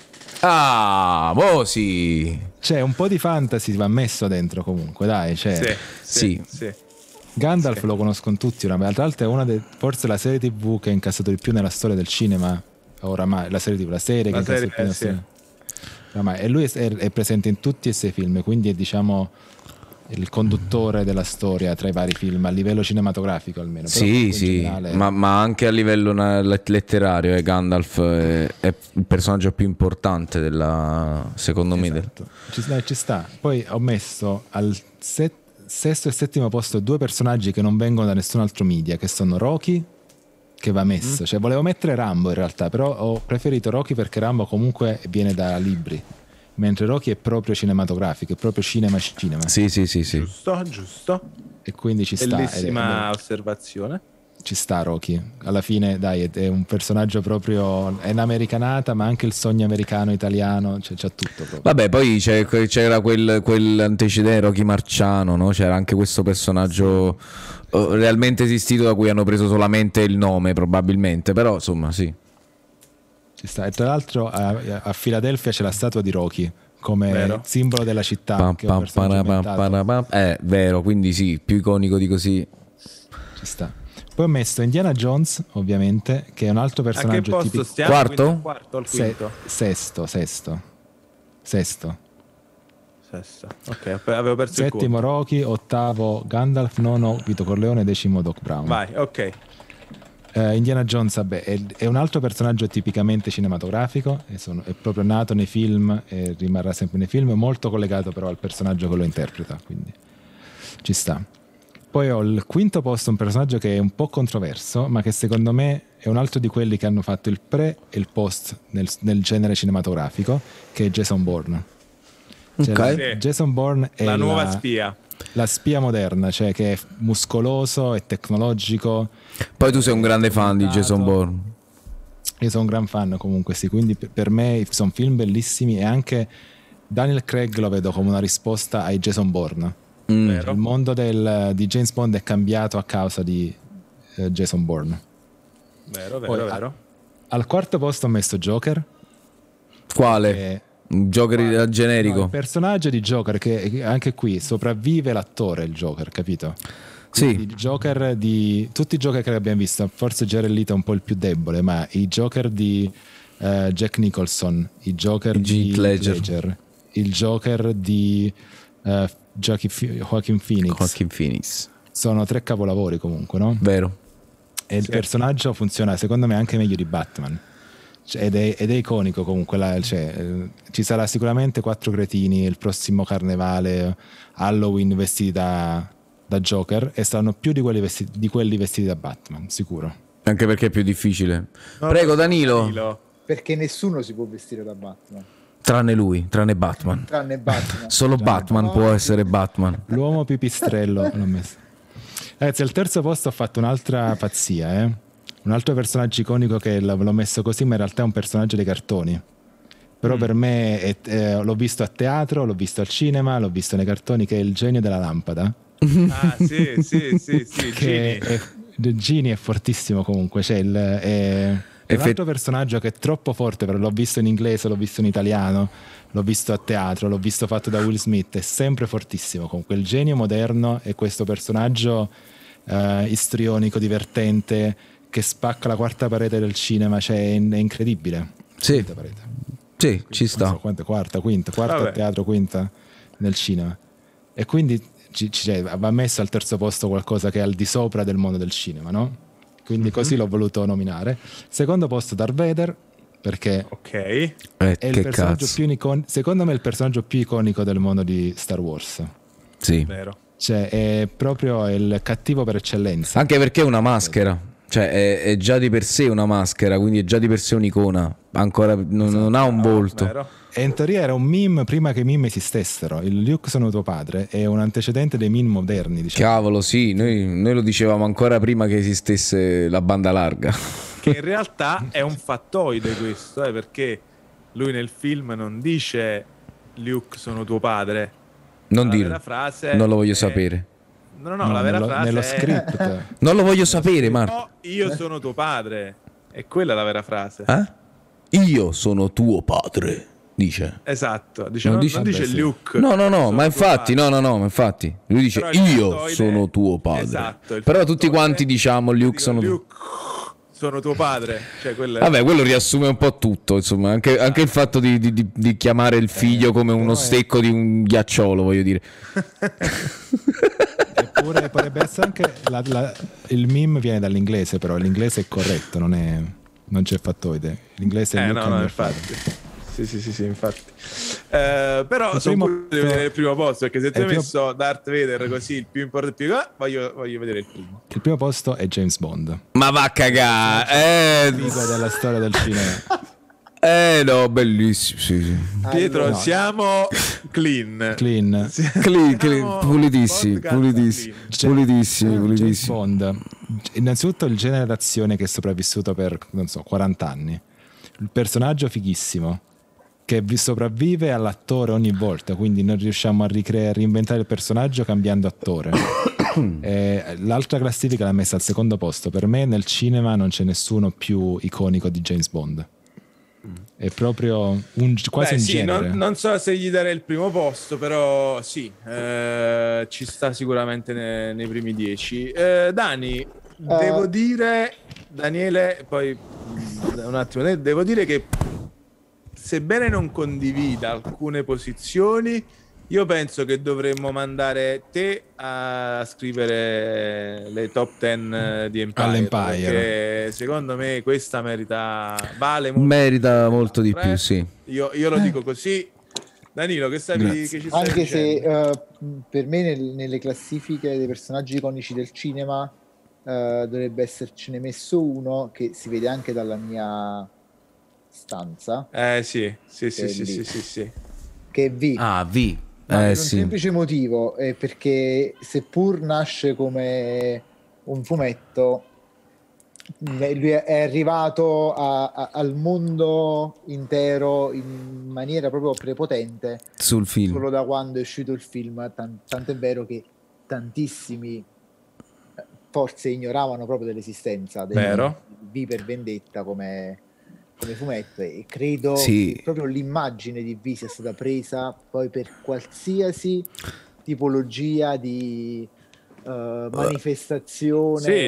Sì. C'è un po' di fantasy, va messo dentro comunque, dai. Sì. Gandalf lo conoscono tutti oramai. Tra l'altro è una forse la serie TV che ha incassato di più nella storia del cinema. Oramai la serie che ha incassato di più nella storia. Oramai. E lui è presente in tutti e 6 film, quindi è, diciamo, il conduttore della storia tra i vari film, a livello cinematografico almeno. Però Sì, comunque in sì, generale- ma anche a livello letterario, Gandalf è il personaggio più importante secondo me. Esatto. Ci sta. Poi ho messo al sesto e settimo posto due personaggi che non vengono da nessun altro media, che sono Rocky, che va messo. Cioè volevo mettere Rambo in realtà, però ho preferito Rocky perché Rambo comunque viene da libri, mentre Rocky è proprio cinematografico, è proprio cinema. Sì. Giusto. E quindi ci sta. Bellissima osservazione. Ci sta Rocky. Alla fine, dai, è un personaggio proprio. È un'americanata, ma anche il sogno americano, italiano, cioè, c'ha tutto proprio. Vabbè, poi c'era quell'antecedente Rocky Marciano, no? C'era anche questo personaggio realmente esistito da cui hanno preso solamente il nome, probabilmente. Però, insomma, sì. Ci sta. E tra l'altro a Filadelfia c'è la statua di Rocky come Vero. simbolo della città. Che è un personaggio inventato. Vero, quindi sì, più iconico di così. Ci sta. Poi ho messo Indiana Jones, ovviamente, che è un altro A che personaggio posto tipico. stiamo? Quarto? Quindi al quarto o al quinto? Sesto. Ok, avevo perso il Settimo conto. Rocky, ottavo Gandalf, nono Vito Corleone, decimo Doc Brown. Vai, ok. Indiana Jones, vabbè, è un altro personaggio tipicamente cinematografico, è proprio nato nei film e rimarrà sempre nei film, molto collegato però al personaggio che lo interpreta, quindi ci sta. Poi ho il quinto posto, un personaggio che è un po' controverso, ma che secondo me è un altro di quelli che hanno fatto il pre e il post nel genere cinematografico, che è Jason Bourne. Cioè, Ok. Sì. Jason Bourne è La nuova spia. la spia moderna, cioè che è muscoloso, è tecnologico. Poi tu sei un grande fan di Jason Bourne. Io sono un gran fan comunque, sì, quindi per me sono film bellissimi e anche Daniel Craig lo vedo come una risposta ai Jason Bourne. Vero. Il mondo di James Bond è cambiato a causa di Jason Bourne. Vero. Poi, al quarto posto ho messo Joker. Quale? che- Joker no, generico? il personaggio di Joker, che anche qui sopravvive l'attore, il Joker, capito? Sì. Quindi il Joker tutti i Joker che abbiamo visto, forse Jared Leto è un po' il più debole, ma i Joker di Jack Nicholson, i Joker di Heath Ledger. Ledger, il Joker di Joaquin Phoenix, Joaquin Phoenix. sono tre capolavori comunque, no? Vero. E il personaggio funziona secondo me anche meglio di Batman. Ed è iconico comunque ci sarà sicuramente Quattro cretini il prossimo carnevale, Halloween vestiti da Joker, e saranno più di quelli vestiti da Batman, sicuro. Anche perché è più difficile. No, Prego Danilo. Perché nessuno si può vestire da Batman, Tranne lui, tranne Batman. tranne Batman. Solo Batman può essere Batman. L'uomo pipistrello l'ho messo. Ragazzi, al terzo posto ho fatto un'altra pazzia, un altro personaggio iconico che l'ho messo così, ma in realtà è un personaggio dei cartoni. Però per me l'ho visto a teatro, l'ho visto al cinema, l'ho visto nei cartoni, che è il genio della lampada. Ah, sì, Che Genie è fortissimo comunque, cioè è un altro personaggio che è troppo forte, però l'ho visto in inglese, l'ho visto in italiano, l'ho visto a teatro, l'ho visto fatto da Will Smith, è sempre fortissimo comunque. Il genio moderno è questo personaggio istrionico, divertente, che spacca la quarta parete del cinema, cioè è incredibile. Sì. Quinta parete. Sì, ci sta. Non so quante, quarta Vabbè. a teatro, quinta nel cinema. E quindi va messo al terzo posto qualcosa che è al di sopra del mondo del cinema, no? Quindi così l'ho voluto nominare. Secondo posto Darth Vader, perché Ok. è il Che personaggio cazzo. più secondo me è il personaggio più iconico del mondo di Star Wars. Sì. Vero. Cioè è proprio il cattivo per eccellenza. Anche perché è una maschera. Cioè è già di per sé una maschera, quindi è già di per sé un'icona. Ancora non ha un volto. Vero. E in teoria era un meme prima che i meme esistessero. Il Luke sono tuo padre è un antecedente dei meme moderni, diciamo. Cavolo, sì, noi lo dicevamo ancora prima che esistesse la banda larga. Che in realtà è un fattoide questo, perché lui nel film non dice Luke sono tuo padre. Non La dirlo. vera frase Non lo voglio è- sapere. No, la vera frase nello è script. Non lo voglio sapere, Marco. no, io sono tuo padre. E quella è la vera frase. Io sono tuo padre, dice. Esatto, dice, Non non dice- dice Vabbè, sì. Luke. No, sono ma tuo infatti, padre. no, ma infatti. Lui dice Però il io fattoide- sono tuo padre. Esatto, il Però tutti fattoide- quanti diciamo io Luke dico, sono tuo. Luke sono tuo padre, cioè Vabbè, quello riassume un po' tutto, insomma, anche il fatto di chiamare il figlio come uno stecco di un ghiacciolo, voglio dire. Eppure potrebbe essere anche il meme viene dall'inglese, però l'inglese è corretto, non c'è fattoide. L'inglese è no, infatti. Sì, infatti. Però sono curioso di vedere il primo posto, perché se tu hai messo Darth Vader così, il più importante, voglio vedere il primo. Il primo posto è James Bond. Ma va a cagare! Figo della storia del cinema. No, bellissimo. Sì. Pietro, siamo clean, pulitissimi. James Bond. Innanzitutto il genere d'azione che è sopravvissuto per, non so, 40 anni. Il personaggio fighissimo che sopravvive all'attore ogni volta, quindi non riusciamo a reinventare il personaggio cambiando attore. L'altra classifica l'ha messa al secondo posto. Per me nel cinema non c'è nessuno più iconico di James Bond. È proprio quasi un genere. Non so se gli darei il primo posto, però sì, ci sta sicuramente nei primi 10. Dani, devo dire, Daniele, poi un attimo, devo dire che sebbene non condivida alcune posizioni, io penso che dovremmo mandare te a scrivere le top 10 di Empire, all'Empire, perché secondo me questa vale molto di più, sì. Io lo dico così. Danilo, che ci stai anche dicendo? Se per me nelle classifiche dei personaggi iconici del cinema dovrebbe essercene messo uno che si vede anche dalla mia stanza. Sì. Che è V. V. Per un semplice motivo, perché seppur nasce come un fumetto, lui è arrivato al mondo intero in maniera proprio prepotente sul film, solo da quando è uscito il film, tant'è vero che tantissimi forse ignoravano proprio dell'esistenza di V per Vendetta come fumetto, e credo che proprio l'immagine di V sia stata presa poi per qualsiasi tipologia di manifestazione.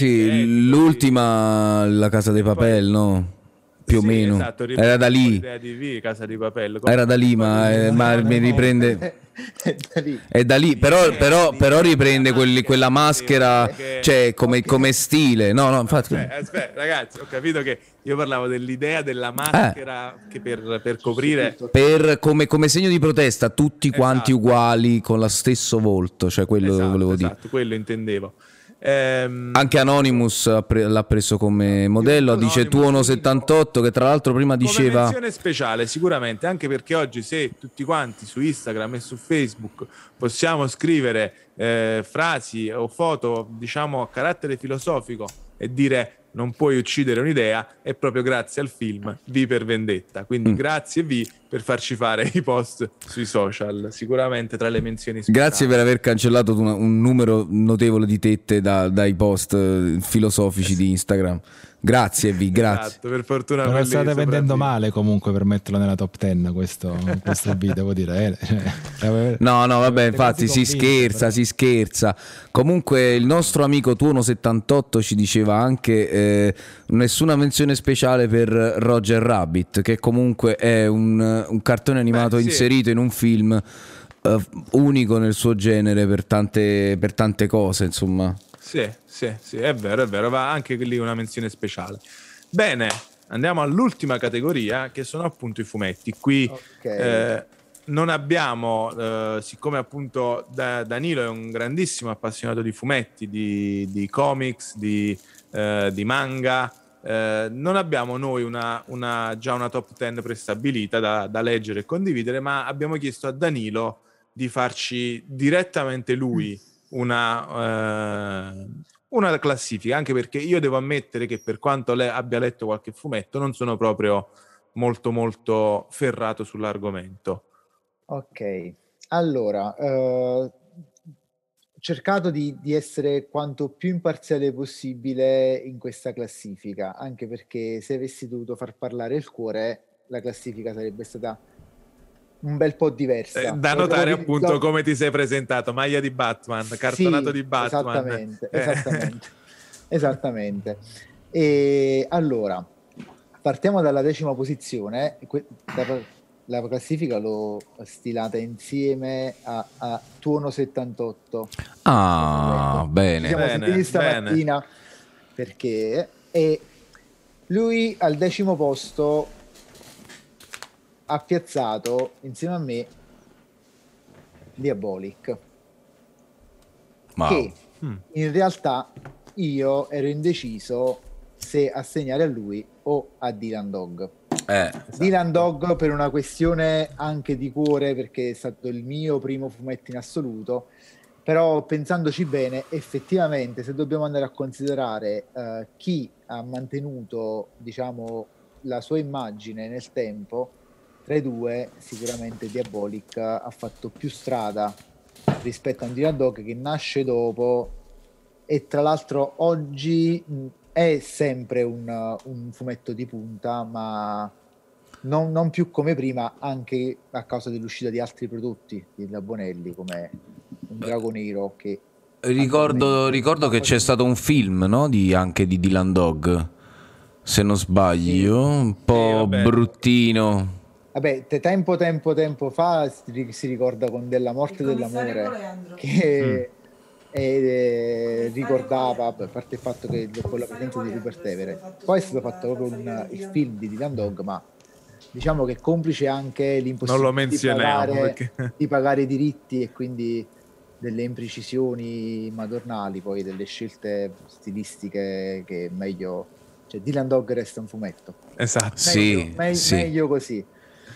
L'ultima, La Casa dei Papel, no? Più o meno, esatto, era da lì. Casa di Papel, era da lì, ma mi riprende. È da lì, però riprende quella maschera, cioè come stile. No, infatti. Aspetta, ragazzi, ho capito che io parlavo dell'idea della maschera che per coprire, come segno di protesta, tutti quanti uguali con lo stesso volto, cioè quello volevo dire. Esatto, quello intendevo. Anche Anonymous l'ha preso come modello, dice Tuono 78, che tra l'altro prima diceva come menzione speciale sicuramente, anche perché oggi se tutti quanti su Instagram e su Facebook possiamo scrivere frasi o foto diciamo a carattere filosofico e dire non puoi uccidere un'idea, è proprio grazie al film V per Vendetta, quindi grazie V per farci fare i post sui social, sicuramente tra le menzioni speciali. Grazie per aver cancellato un numero notevole di tette dai post filosofici di Instagram. Grazie V, grazie. Esatto, per fortuna. Però state vendendo male comunque per metterlo nella top 10 questo V, devo dire. No, vabbè, infatti si scherza. Comunque il nostro amico Tuono78 ci diceva anche nessuna menzione speciale per Roger Rabbit, che comunque è un cartone animato inserito in un film unico nel suo genere per tante cose, insomma. Sì, è vero, va anche lì una menzione speciale. Bene, andiamo all'ultima categoria, che sono appunto i fumetti. Qui non abbiamo, siccome appunto Danilo è un grandissimo appassionato di fumetti, di comics, di manga, non abbiamo noi già una top 10 prestabilita da leggere e condividere, ma abbiamo chiesto a Danilo di farci direttamente lui una classifica, anche perché io devo ammettere che per quanto lei abbia letto qualche fumetto non sono proprio molto molto ferrato sull'argomento. Ok, allora ho cercato di essere quanto più imparziale possibile in questa classifica, anche perché se avessi dovuto far parlare il cuore la classifica sarebbe stata un bel po' diversa. Da notare appunto come ti sei presentato, maglia di Batman, cartonato di Batman. Esattamente. E allora, partiamo dalla 10ª posizione. La classifica l'ho stilata insieme a Tuono 78. Ah, bene. Siamo sentiti stamattina perché lui al 10º posto ha piazzato insieme a me Diabolic, Wow. che in realtà io ero indeciso se assegnare a lui o a Dylan Dog. Dylan Dog per una questione anche di cuore, perché è stato il mio primo fumetto in assoluto, però pensandoci bene, effettivamente se dobbiamo andare a considerare chi ha mantenuto, diciamo, la sua immagine nel tempo, tra i due sicuramente Diabolic ha fatto più strada rispetto a Dylan Dog, che nasce dopo e tra l'altro oggi è sempre un fumetto di punta, ma non più come prima, anche a causa dell'uscita di altri prodotti di Bonelli come un Dragon Hero che Ricordo che c'è stato un film, no? Anche di Dylan Dog, se non sbaglio, un po' bruttino. Vabbè, tempo fa si ricorda con Della morte dell'amore, che ricordava, a parte il fatto che con la presenza di Rupert Everett, poi è stato fatto proprio il film di Dylan Dog, ma diciamo che complice anche l'impossibilità di pagare i diritti e quindi delle imprecisioni madornali, poi delle scelte stilistiche che meglio, cioè Dylan Dog resta un fumetto. Esatto. Meglio così.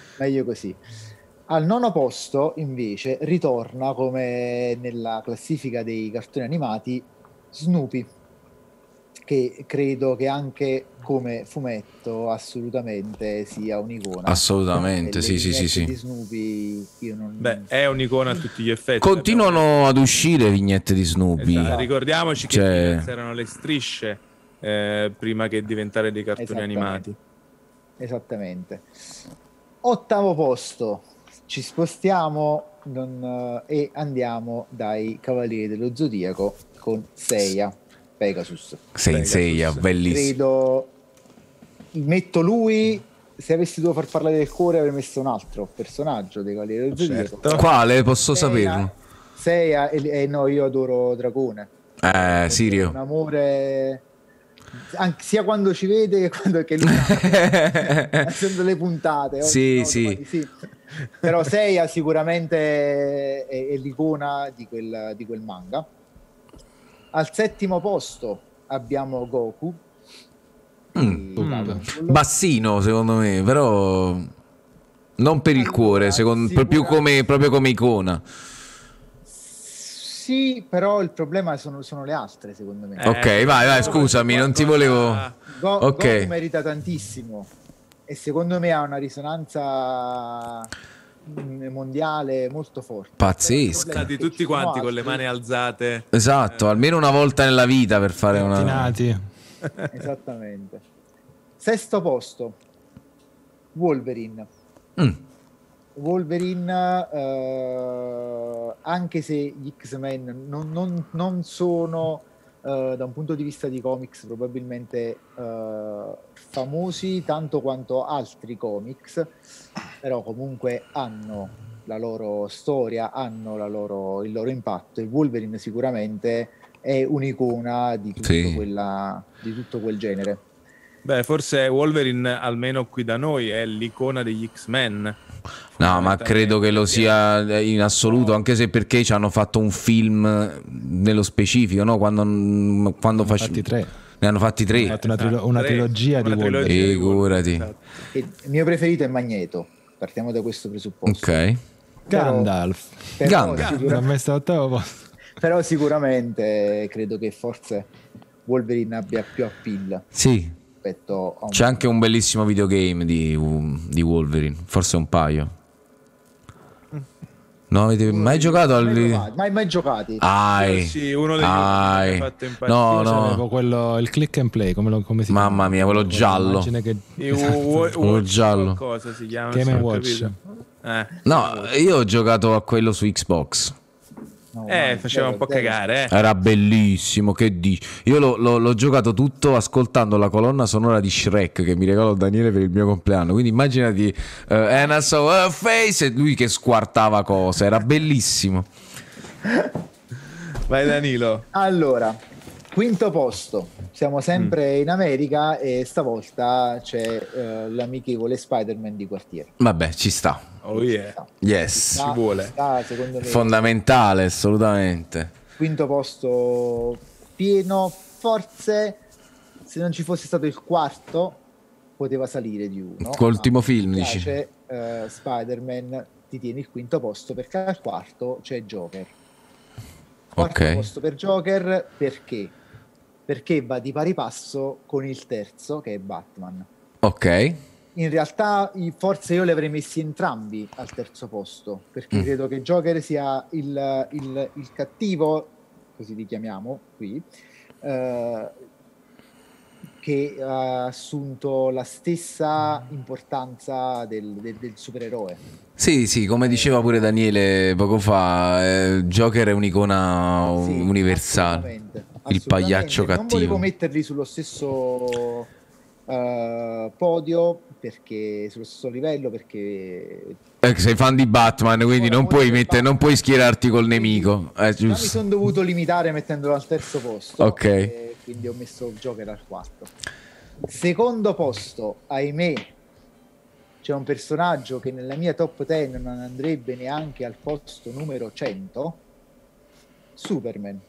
Al 9º posto invece ritorna, come nella classifica dei cartoni animati, Snoopy, che credo che anche come fumetto assolutamente sia un'icona. Assolutamente, sì. Di Snoopy io non... Beh, è un'icona a tutti gli effetti. Continuano ad uscire vignette di Snoopy. Esatto. Ricordiamoci che erano le strisce prima che diventare dei cartoni animati. Esattamente. 8º posto, ci spostiamo e andiamo dai Cavalieri dello Zodiaco con Seiya Pegasus. Seiya, bellissimo. Credo metto lui. Se avessi dovuto far parlare del cuore avrei messo un altro personaggio dei Cavalieri dello Zodiaco. Certo. Quale? Posso saperlo? Seiya no, io adoro Dragone. Sirio. Un amore sia quando ci vede che lui essendo le puntate. Sì. Però Seiya sicuramente è l'icona di quel manga. Al 7º posto abbiamo Goku. Bassino secondo me, però non per il cuore, proprio come icona. Sì, però il problema sono le altre, secondo me. Ok, vai, scusami, non ti volevo... Goku merita tantissimo e secondo me ha una risonanza mondiale molto forte. Pazzesca. Stati tutti quanti con le mani alzate. Esatto, almeno una volta nella vita per fare una... Esattamente. 6º posto, Wolverine. Wolverine, anche se gli X-Men non sono da un punto di vista di comics probabilmente famosi tanto quanto altri comics, però comunque hanno la loro storia, hanno il loro impatto, e Wolverine sicuramente è un'icona di tutto quel genere. Beh, forse Wolverine, almeno qui da noi, è l'icona degli X-Men. No, ma credo che lo sia in assoluto, anche se perché ci hanno fatto un film nello specifico, no? Quando ne hanno fatti tre. Hanno fatto una trilogia di Wolverine. Figurati. Il mio preferito è Magneto, partiamo da questo presupposto. Ok. Gandalf. Però sicuramente credo che forse Wolverine abbia più appeal. Sì. C'è anche un bellissimo videogame di Wolverine, forse un paio. No, avete mai giocato mai giocati? Sì, uno degli ultimi fatto impazzire. No, quello, il click and play, come si chiama? Mamma mia, quello giallo. Quello giallo. Cosa si chiama? Game & Watch. No, io ho giocato a quello su Xbox. No, faceva un po' cagare, Era bellissimo, che dici? Io l'ho giocato tutto ascoltando la colonna sonora di Shrek che mi regalò Daniele per il mio compleanno. Quindi immaginati and I saw her face e lui che squartava cose, era bellissimo. Vai Danilo. Allora, quinto posto. Siamo sempre in America e stavolta c'è l'amichevole Spider-Man di quartiere. Vabbè, ci sta. Oh yeah. Yes. Ci vuole. Secondo me, Fondamentale, assolutamente. quinto posto pieno. Forse se non ci fosse stato il quarto poteva salire di uno. L'ultimo Ma film, mi dici? piace, Spider-Man ti tiene il quinto posto perché al quarto c'è Joker. Quarto Ok. posto per Joker perché? Perché va di pari passo con il terzo che è Batman. Ok. In realtà forse io li avrei messi entrambi al terzo posto perché credo che Joker sia il cattivo, così li chiamiamo qui, che ha assunto la stessa importanza del supereroe. Sì, sì, come diceva pure Daniele poco fa, Joker è un'icona Sì, universale. assolutamente, Il assolutamente. pagliaccio Non volevo cattivo. metterli sullo stesso podio, perché sullo stesso livello, perché Sei fan di Batman, quindi Ora, non ora puoi per mettere, non Batman. puoi schierarti col Quindi, nemico. già mi Giusto. sono dovuto limitare mettendolo al terzo posto. Ok. E quindi ho messo Joker al quarto. Secondo posto, ahimè, c'è un personaggio che nella mia top 10 non andrebbe neanche al posto numero 100, Superman.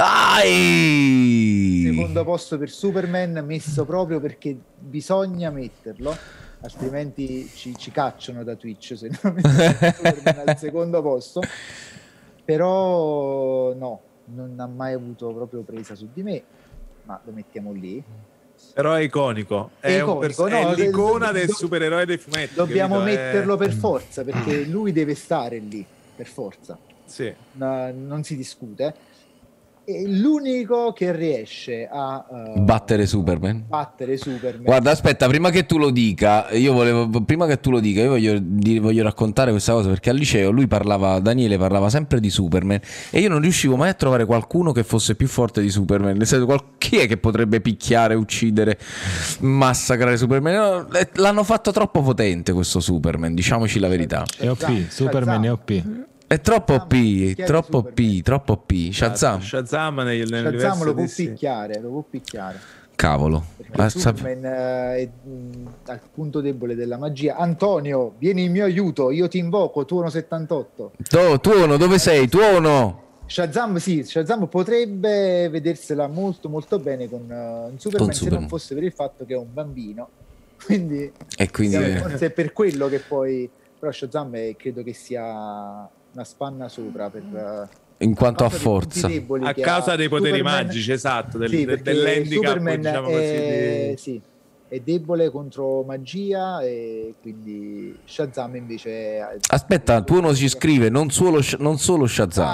Dai! Secondo posto per Superman, messo proprio perché bisogna metterlo, altrimenti ci cacciano da Twitch se non mettiamo Superman al secondo posto. Però no, non ha mai avuto proprio presa su di me, ma lo mettiamo lì. Però è iconico. È, Iconico, è no, l'icona del do- supereroe dei fumetti. Dobbiamo capito? metterlo per forza, perché lui deve stare lì, per forza. Sì. Non si discute. È l'unico che riesce a Battere Superman. battere Superman. Guarda, aspetta, prima che tu lo dica, io voglio raccontare questa cosa perché al liceo Daniele parlava sempre di Superman e io non riuscivo mai a trovare qualcuno che fosse più forte di Superman. Nel senso, chi è che potrebbe picchiare, uccidere, massacrare Superman? No, l'hanno fatto troppo potente questo Superman, diciamoci la verità. È OP, Superman è OP. È troppo OP, Chi è troppo OP, Superman? troppo OP. Shazam, Shazam nell'universo Shazam lo può DC. picchiare, lo può picchiare. cavolo. Perché Superman è al punto debole della magia. Antonio, vieni in mio aiuto, io ti invoco, Tuono 78. Tuono, dove sei? Tuono! Shazam, sì, Shazam potrebbe vedersela molto molto bene con Superman, se Superman. non fosse per il fatto che è un bambino. Quindi, E quindi forse è per quello che poi... Però Shazam credo che sia una spanna sopra in quanto a causa dei forza. punti deboli A che causa ha dei poteri Superman. magici, esatto, Sì, perché dell'handicap, Superman diciamo è, così. sì, è debole contro magia e quindi Shazam invece Aspetta, Tuono ci scrive non solo Shazam,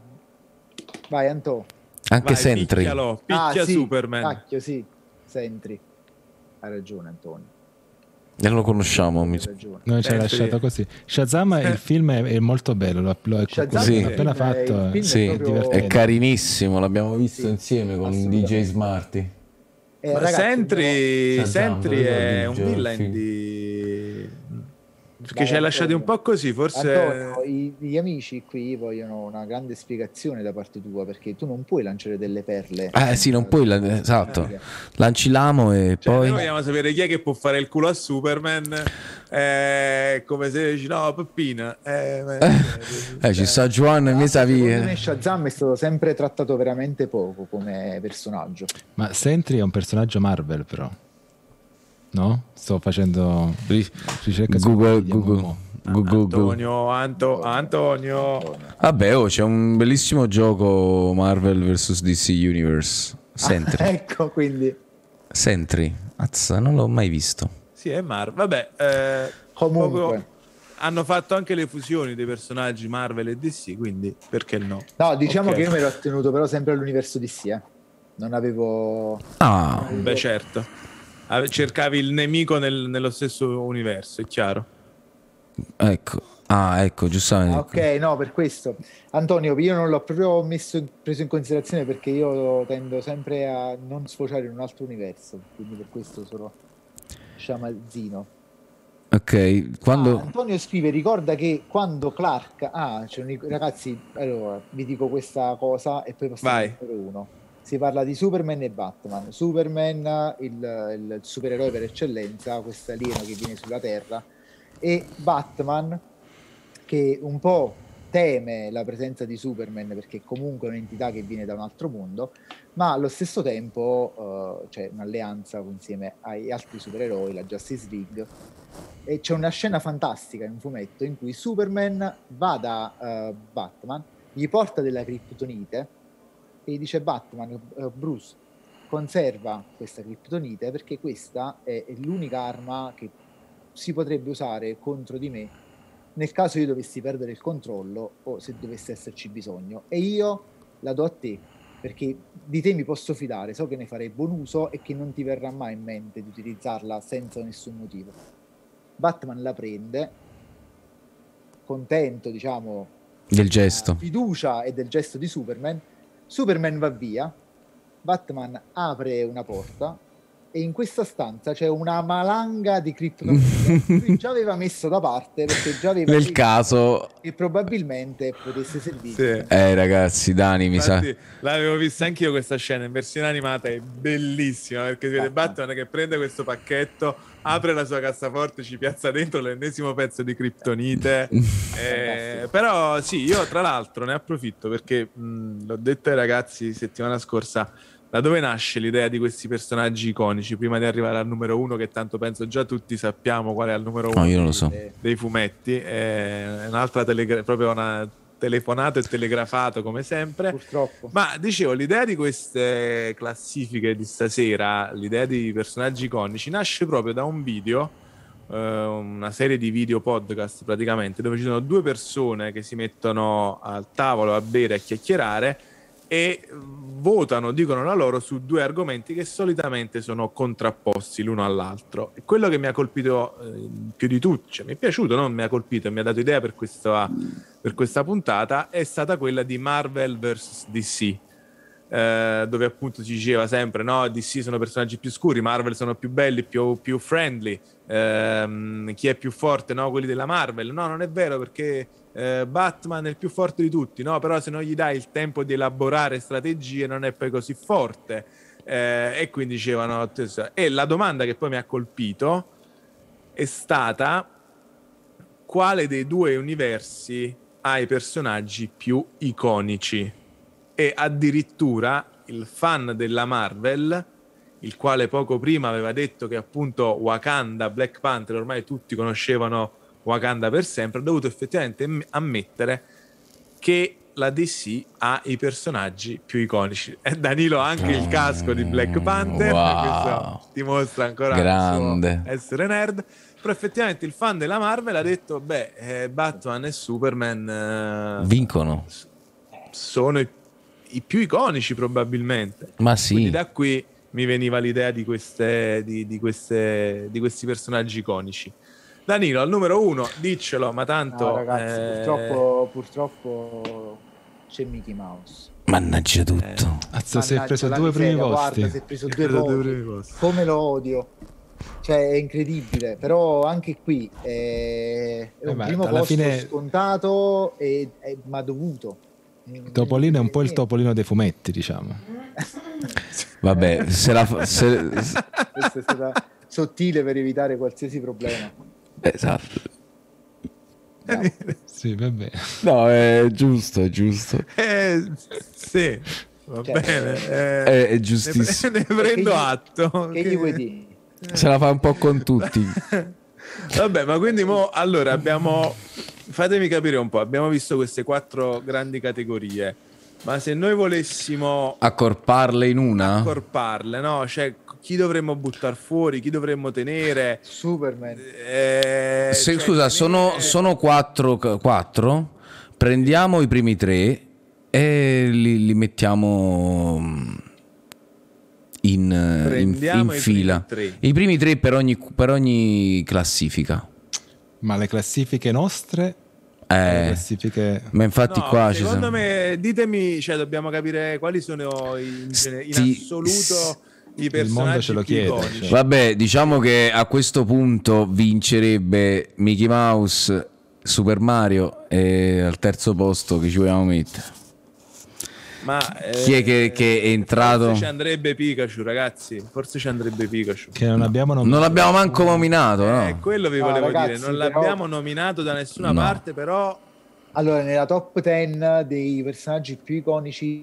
vai Anto. anche Vai, Sentry. picchialo, picchia sì, Superman. cacchio, sì, Sentry. Hai ragione Antonio, Non lo conosciamo. hai ragione. Noi ci ha lasciato così. Shazam, il film è molto bello. Shazam Sì. l'ho appena fatto. il film Sì, è proprio- è carinissimo, l'abbiamo visto Sì, insieme con assolutamente. DJ Smarty. Ma ragazzi, Sentry, Shazam, Sentry è un dove villain film? di... che Dai, ci hai lasciati un Antonio. po' così, forse... Antonio, gli amici qui vogliono una grande spiegazione da parte tua, perché tu non puoi lanciare delle perle. Sì, non puoi, esatto. Lanci l'amo e Cioè, poi... noi vogliamo sapere chi è che può fare il culo a Superman, come se dici no, Peppina. ci sta Juan e mi sa Secondo via. me Shazam è stato sempre trattato veramente poco come personaggio. Ma Sentry è un personaggio Marvel, però. No? Sto facendo ricerca su Google, Wikipedia, Google, mo. Google. Antonio. Vabbè, c'è un bellissimo gioco Marvel vs DC Universe. Sentry. Ecco, quindi Sentry. Azza, non l'ho mai visto. Sì, è Marvel. Vabbè, comunque. proprio hanno fatto anche le fusioni dei personaggi Marvel e DC, quindi perché no? No, diciamo Ok. che io mi ero attenuto però sempre all'universo DC, Non avevo... Ah, Beh, certo. Cercavi il nemico nello stesso universo, è chiaro. ecco. Ah, ecco, giustamente. Ok, no, per questo. Antonio, io non l'ho proprio preso in considerazione perché io tendo sempre a non sfociare in un altro universo, quindi per questo sono sciamazzino. Ok, quando... Antonio scrive, ricorda che quando Clark... ragazzi, allora, vi dico questa cosa e poi passiamo al Vai. numero 1. Si parla di Superman e Batman. Superman, il supereroe per eccellenza, questo alieno che viene sulla Terra, e Batman, che un po' teme la presenza di Superman perché comunque è un'entità che viene da un altro mondo, ma allo stesso tempo c'è un'alleanza insieme agli altri supereroi, la Justice League, e c'è una scena fantastica in un fumetto in cui Superman va da Batman, gli porta della criptonite e gli dice: Batman, Bruce, conserva questa criptonite perché questa è l'unica arma che si potrebbe usare contro di me nel caso io dovessi perdere il controllo o se dovesse esserci bisogno, e io la do a te perché di te mi posso fidare, so che ne farei buon uso e che non ti verrà mai in mente di utilizzarla senza nessun motivo. Batman la prende, contento, diciamo, Del gesto. fiducia e del gesto di Superman. Superman va via, Batman apre una porta e in questa stanza c'è una malanga di criptonite che lui già aveva messo da parte perché già aveva Nel caso... che probabilmente potesse servire. Sì. Ragazzi, Dani, mi sa... Infatti, l'avevo vista anch'io questa scena in versione animata, è bellissima perché si vede Batman che prende questo pacchetto, apre la sua cassaforte, ci piazza dentro l'ennesimo pezzo di criptonite. Però sì, io tra l'altro ne approfitto perché l'ho detto ai ragazzi settimana scorsa, da dove nasce l'idea di questi personaggi iconici prima di arrivare al numero 1, che tanto penso già tutti sappiamo qual è il numero 1 No, io non lo so. dei fumetti, è un'altra proprio una telefonato e telegrafato come sempre. Purtroppo. Ma dicevo, l'idea di queste classifiche di stasera, l'idea di personaggi iconici nasce proprio da un video, una serie di video podcast praticamente, dove ci sono due persone che si mettono al tavolo a bere e a chiacchierare e votano, dicono la loro su due argomenti che solitamente sono contrapposti l'uno all'altro. E quello che mi ha colpito più di tutti, cioè mi è piaciuto, non mi ha colpito, mi ha dato idea per questa puntata, è stata quella di Marvel vs DC, dove appunto si diceva sempre no, DC sono personaggi più scuri, Marvel sono più belli, più friendly, chi è più forte, no, quelli della Marvel. No, non è vero, perché Batman è il più forte di tutti, no, però se non gli dai il tempo di elaborare strategie non è poi così forte, e quindi dicevano. E la domanda che poi mi ha colpito è stata: quale dei due universi ha i personaggi più iconici? E addirittura il fan della Marvel, il quale poco prima aveva detto che appunto Wakanda, Black Panther, ormai tutti conoscevano Wakanda per sempre, ha dovuto effettivamente ammettere che la DC ha i personaggi più iconici. E Danilo ha anche il casco di Black Panther, questo dimostra ancora grande essere nerd. Però effettivamente il fan della Marvel ha detto Batman e Superman vincono, sono i più iconici probabilmente. Ma sì. Quindi da qui mi veniva l'idea di questi personaggi iconici. Danilo, al numero 1, diccelo, ma tanto... No, ragazzi, purtroppo c'è Mickey Mouse. Mannaggia tutto. Si è preso due primi posti. Guarda, si è preso due posti. Come lo odio. Cioè, è incredibile. Però anche qui è un primo alla posto fine... scontato, ma dovuto. Topolino è un po' il Topolino dei fumetti, diciamo. Vabbè, questa è stata sottile per evitare qualsiasi problema. Esatto. Sì, vabbè. No, è giusto. Sì, va bene. È giustissimo. Ne prendo atto. Che gli vuoi dire? Se la fa un po' con tutti. Vabbè, ma quindi allora fatemi capire un po', abbiamo visto queste 4 grandi categorie, ma se noi volessimo accorparle in una? Accorparle, no? Cioè, chi dovremmo buttare fuori, chi dovremmo tenere? Superman. Scusa, sono 4? Prendiamo i primi 3 e li mettiamo in fila. I primi 3 per ogni classifica. Ma le classifiche nostre Le classifiche. Ma infatti No, qua ci secondo sono... me, ditemi, cioè dobbiamo capire quali sono in assoluto i Il mondo ce personaggi lo più chiede, iconici. cioè. Vabbè, diciamo che a questo punto vincerebbe Mickey Mouse, Super Mario, e al terzo posto che ci vogliamo mettere? Ma Chi è che è entrato? Forse ci andrebbe Pikachu, ragazzi. Forse ci andrebbe Pikachu. Che non abbiamo Non l'abbiamo manco nominato, no? Quello vi No, volevo ragazzi, dire. Non però- l'abbiamo nominato da nessuna No. parte, però Allora, nella top 10 dei personaggi più iconici,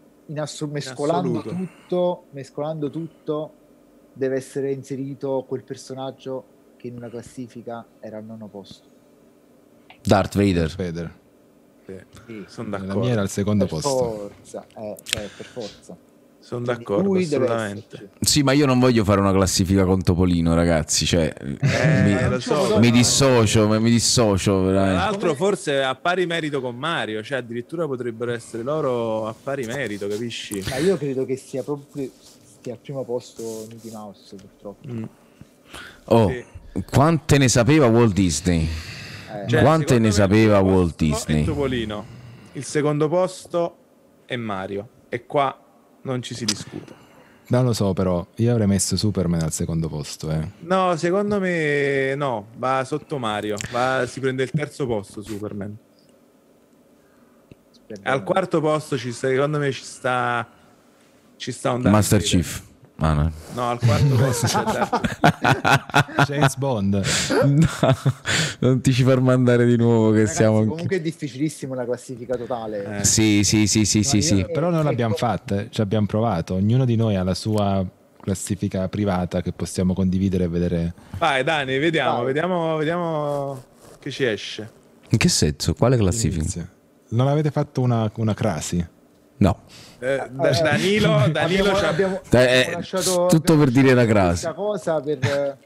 mescolando tutto, deve essere inserito quel personaggio che in una classifica era al nono posto. Darth Vader. Vader. sono La mia d'accordo. era al secondo Per posto. forza, per forza. Sono Quindi d'accordo, lui deve assolutamente. esserci. Sì, ma io non voglio fare una classifica con Topolino, ragazzi. Cioè, Lo so. mi dissocio Tra veramente. l'altro forse a pari merito con Mario, cioè addirittura potrebbero essere loro a pari merito, capisci? Ma io credo che stia al primo posto Mickey Mouse, purtroppo. Oh, Sì. quante ne sapeva Walt Disney? Cioè, Quante secondo ne me il sapeva primo Walt posto Disney? è Topolino. Il secondo posto è Mario. E qua non ci si discute. Non lo so, però io avrei messo Superman al secondo posto. No, secondo me no, va sotto Mario. Si prende il terzo posto Superman. Al quarto posto secondo me ci sta un Darth Master Vader. Chief. Ah, no. No, al quarto posto c'è Darth James Bond. No, non ti ci far mandare di nuovo che Ragazzi, siamo... comunque è difficilissimo la classifica totale. Sì, sì. Però non l'abbiamo fatta, ci abbiamo provato. Ognuno di noi ha la sua classifica privata che possiamo condividere e vedere. Vai Dani, Vai. vediamo che ci esce. In che senso? Quale classifica? Inizio. Non avete fatto una crasi? No. Danilo abbiamo lasciato tutto per dire la crasi. questa cosa per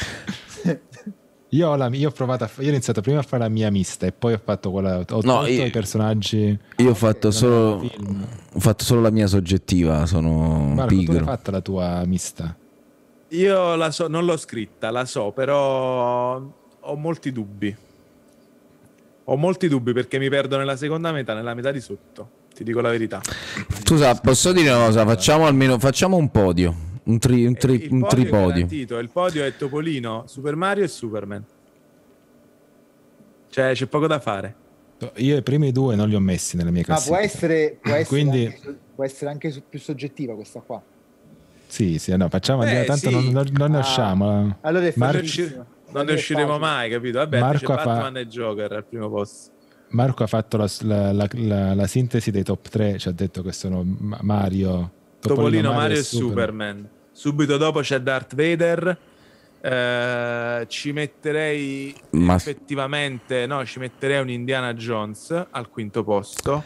Io ho provato io ho iniziato prima a fare la mia mista e poi ho fatto quella. Ho tolto io- i personaggi. Io ho fatto solo... film. Ho fatto solo la mia soggettiva, sono Marco, tu l'hai pigro. fatta la tua mista? Io la so, non l'ho scritta, la so, però ho molti dubbi. Ho molti dubbi perché mi perdo nella seconda metà, nella metà di sotto. Ti dico la verità. Scusa, posso dire una cosa? Facciamo un podio. Un Il podio è tripodio. garantito, il podio è Topolino, Super Mario e Superman. Cioè, c'è poco da fare. Io i primi due non li ho messi nelle mie ma classifiche. può essere Quindi- anche più soggettiva questa qua. Sì, no, facciamo Beh, andiamo, tanto sì. non ne usciamo. Allora è Marco- facilissimo. Non ne usciremo mai, capito? Vabbè, Marco c'è fa- Batman e Joker al primo posto. Marco ha fatto la sintesi dei top 3, ci ha detto che sono Mario, Topolino, Mario e Superman. Subito dopo c'è Darth Vader. Ci metterei effettivamente, no, ci metterei un Indiana Jones al quinto posto.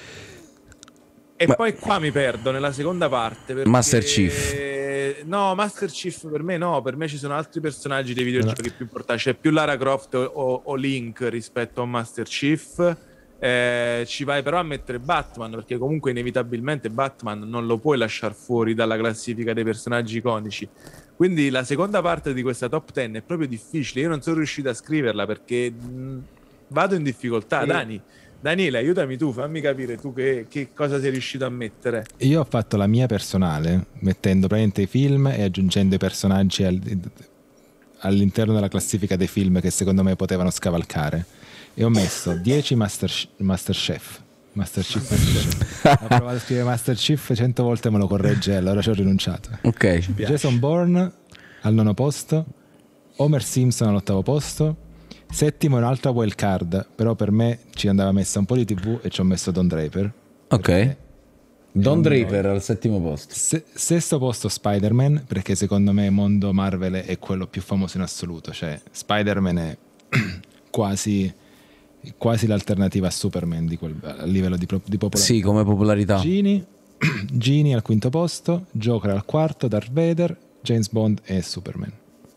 E poi qua mi perdo nella seconda parte perché... Master Chief. No, Master Chief per me no, per me ci sono altri personaggi dei videogiochi più importanti. C'è più Lara Croft o Link rispetto a Master Chief. Ci vai però a mettere Batman perché comunque inevitabilmente Batman non lo puoi lasciare fuori dalla classifica dei personaggi iconici. Quindi la seconda parte di questa top 10 è proprio difficile. Io non sono riuscito a scriverla perché vado in difficoltà. Daniele, aiutami tu, fammi capire tu che cosa sei riuscito a mettere. Io ho fatto la mia personale, mettendo praticamente i film e aggiungendo i personaggi all'interno della classifica dei film che secondo me potevano scavalcare. E ho messo 10 Masterchef. Ho provato a scrivere Masterchef 100 volte, me lo corregge, allora ci ho rinunciato. Ok. Jason Bourne al nono posto, Homer Simpson all'ottavo posto, settimo è un'altra wild card, però per me ci andava messa un po' di TV e ci ho messo Don Draper. Ok. Don Draper al settimo posto. Sesto posto Spider-Man, perché secondo me mondo Marvel è quello più famoso in assoluto, cioè Spider-Man è quasi l'alternativa a Superman a livello di popolarità. Sì, come popolarità. Genie al quinto posto, Joker al quarto, Darth Vader, James Bond e Superman.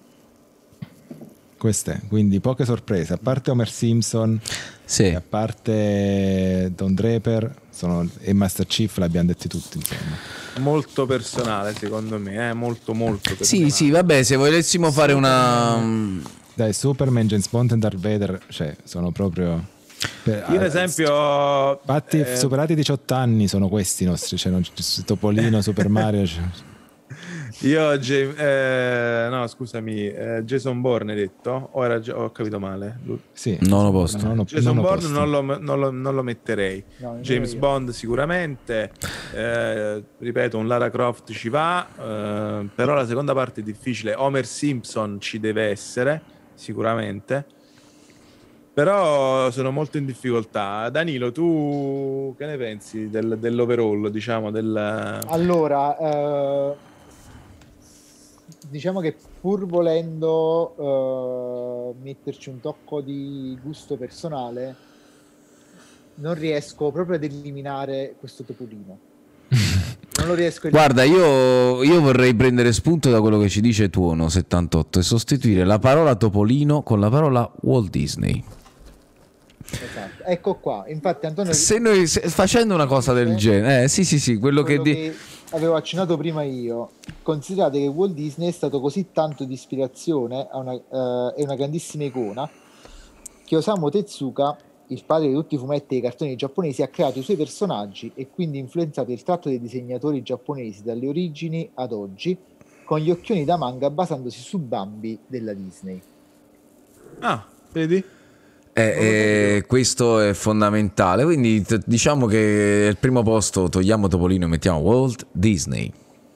Queste, quindi poche sorprese, a parte Homer Simpson, Sì. e a parte Don Draper e Master Chief, l'abbiamo detti tutti, insomma. Molto personale secondo me, molto personale. Sì, vabbè, se volessimo fare una... Dai, Superman, James Bond e Darth Vader, cioè, sono proprio... Io ad esempio Infatti superati i 18 anni sono questi i nostri, cioè non c'è Topolino, Super Mario, cioè. io no scusami, Jason Bourne hai detto? O ho capito male? Sì, Nono posto. Jason nono Bourne posto. non lo metterei. No, James io. Bond sicuramente, ripeto, un Lara Croft ci va, però la seconda parte è difficile. Homer Simpson ci deve essere sicuramente, però sono molto in difficoltà. Danilo, tu che ne pensi dell'overall, diciamo, Allora, diciamo che pur volendo metterci un tocco di gusto personale, non riesco proprio ad eliminare questo Topolino. Non lo riesco a Guarda, io vorrei prendere spunto da quello che ci dice Tuono78 e sostituire la parola Topolino con la parola Walt Disney. Esatto. Ecco qua, infatti Antonio, Facendo una cosa del genere, sì, quello che avevo accennato prima io, considerate che Walt Disney è stato così tanto di ispirazione, è una grandissima icona, che Osamu Tezuka, il padre di tutti i fumetti e i cartoni giapponesi, ha creato i suoi personaggi e quindi influenzato il tratto dei disegnatori giapponesi dalle origini ad oggi, con gli occhioni da manga basandosi su Bambi della Disney. Ah, vedi? Questo è fondamentale, quindi diciamo che al primo posto togliamo Topolino e mettiamo Walt Disney.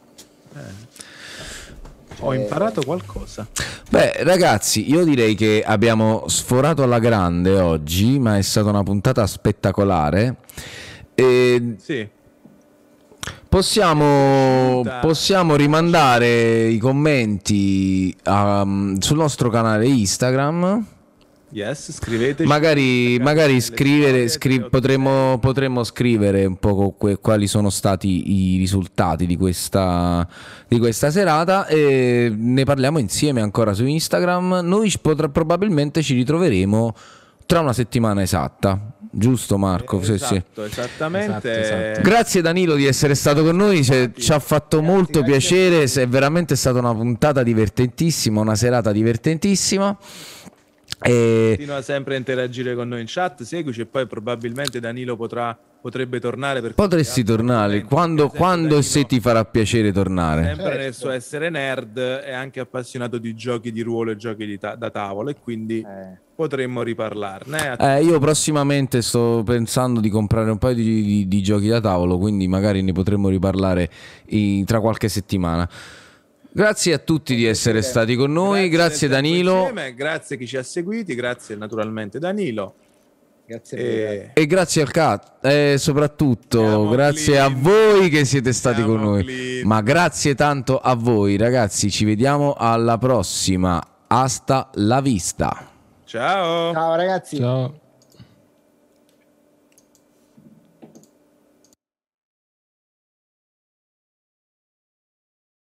Ho imparato qualcosa. Beh, ragazzi, io direi che abbiamo sforato alla grande oggi, ma è stata una puntata spettacolare. Sì. Possiamo rimandare i commenti sul nostro canale Instagram. Yes, scriveteci. Magari potremmo scrivere un po' quali sono stati i risultati di questa serata e ne parliamo insieme ancora su Instagram. Noi probabilmente ci ritroveremo tra una settimana esatta, giusto Marco? Esatto, esattamente. Esatto. Grazie Danilo di essere stato con noi, ci ha fatto molto piacere, è veramente stata una puntata divertentissima, una serata divertentissima. Continua sempre a interagire con noi in chat, seguici e poi probabilmente Danilo potrebbe tornare. Potresti tornare quando e se ti farà piacere tornare. Sempre nel suo essere nerd è anche appassionato di giochi di ruolo e giochi da tavolo e quindi potremmo riparlarne. Io prossimamente sto pensando di comprare un paio di giochi da tavolo, quindi magari ne potremmo riparlare tra qualche settimana. Grazie a tutti di essere stati con noi, grazie Danilo. Insieme, grazie a chi ci ha seguiti, grazie naturalmente Danilo. Grazie E grazie al Cat, soprattutto grazie a voi che siete stati con noi. Ma grazie tanto a voi ragazzi, ci vediamo alla prossima. Hasta la vista. Ciao. Ciao ragazzi. Ciao.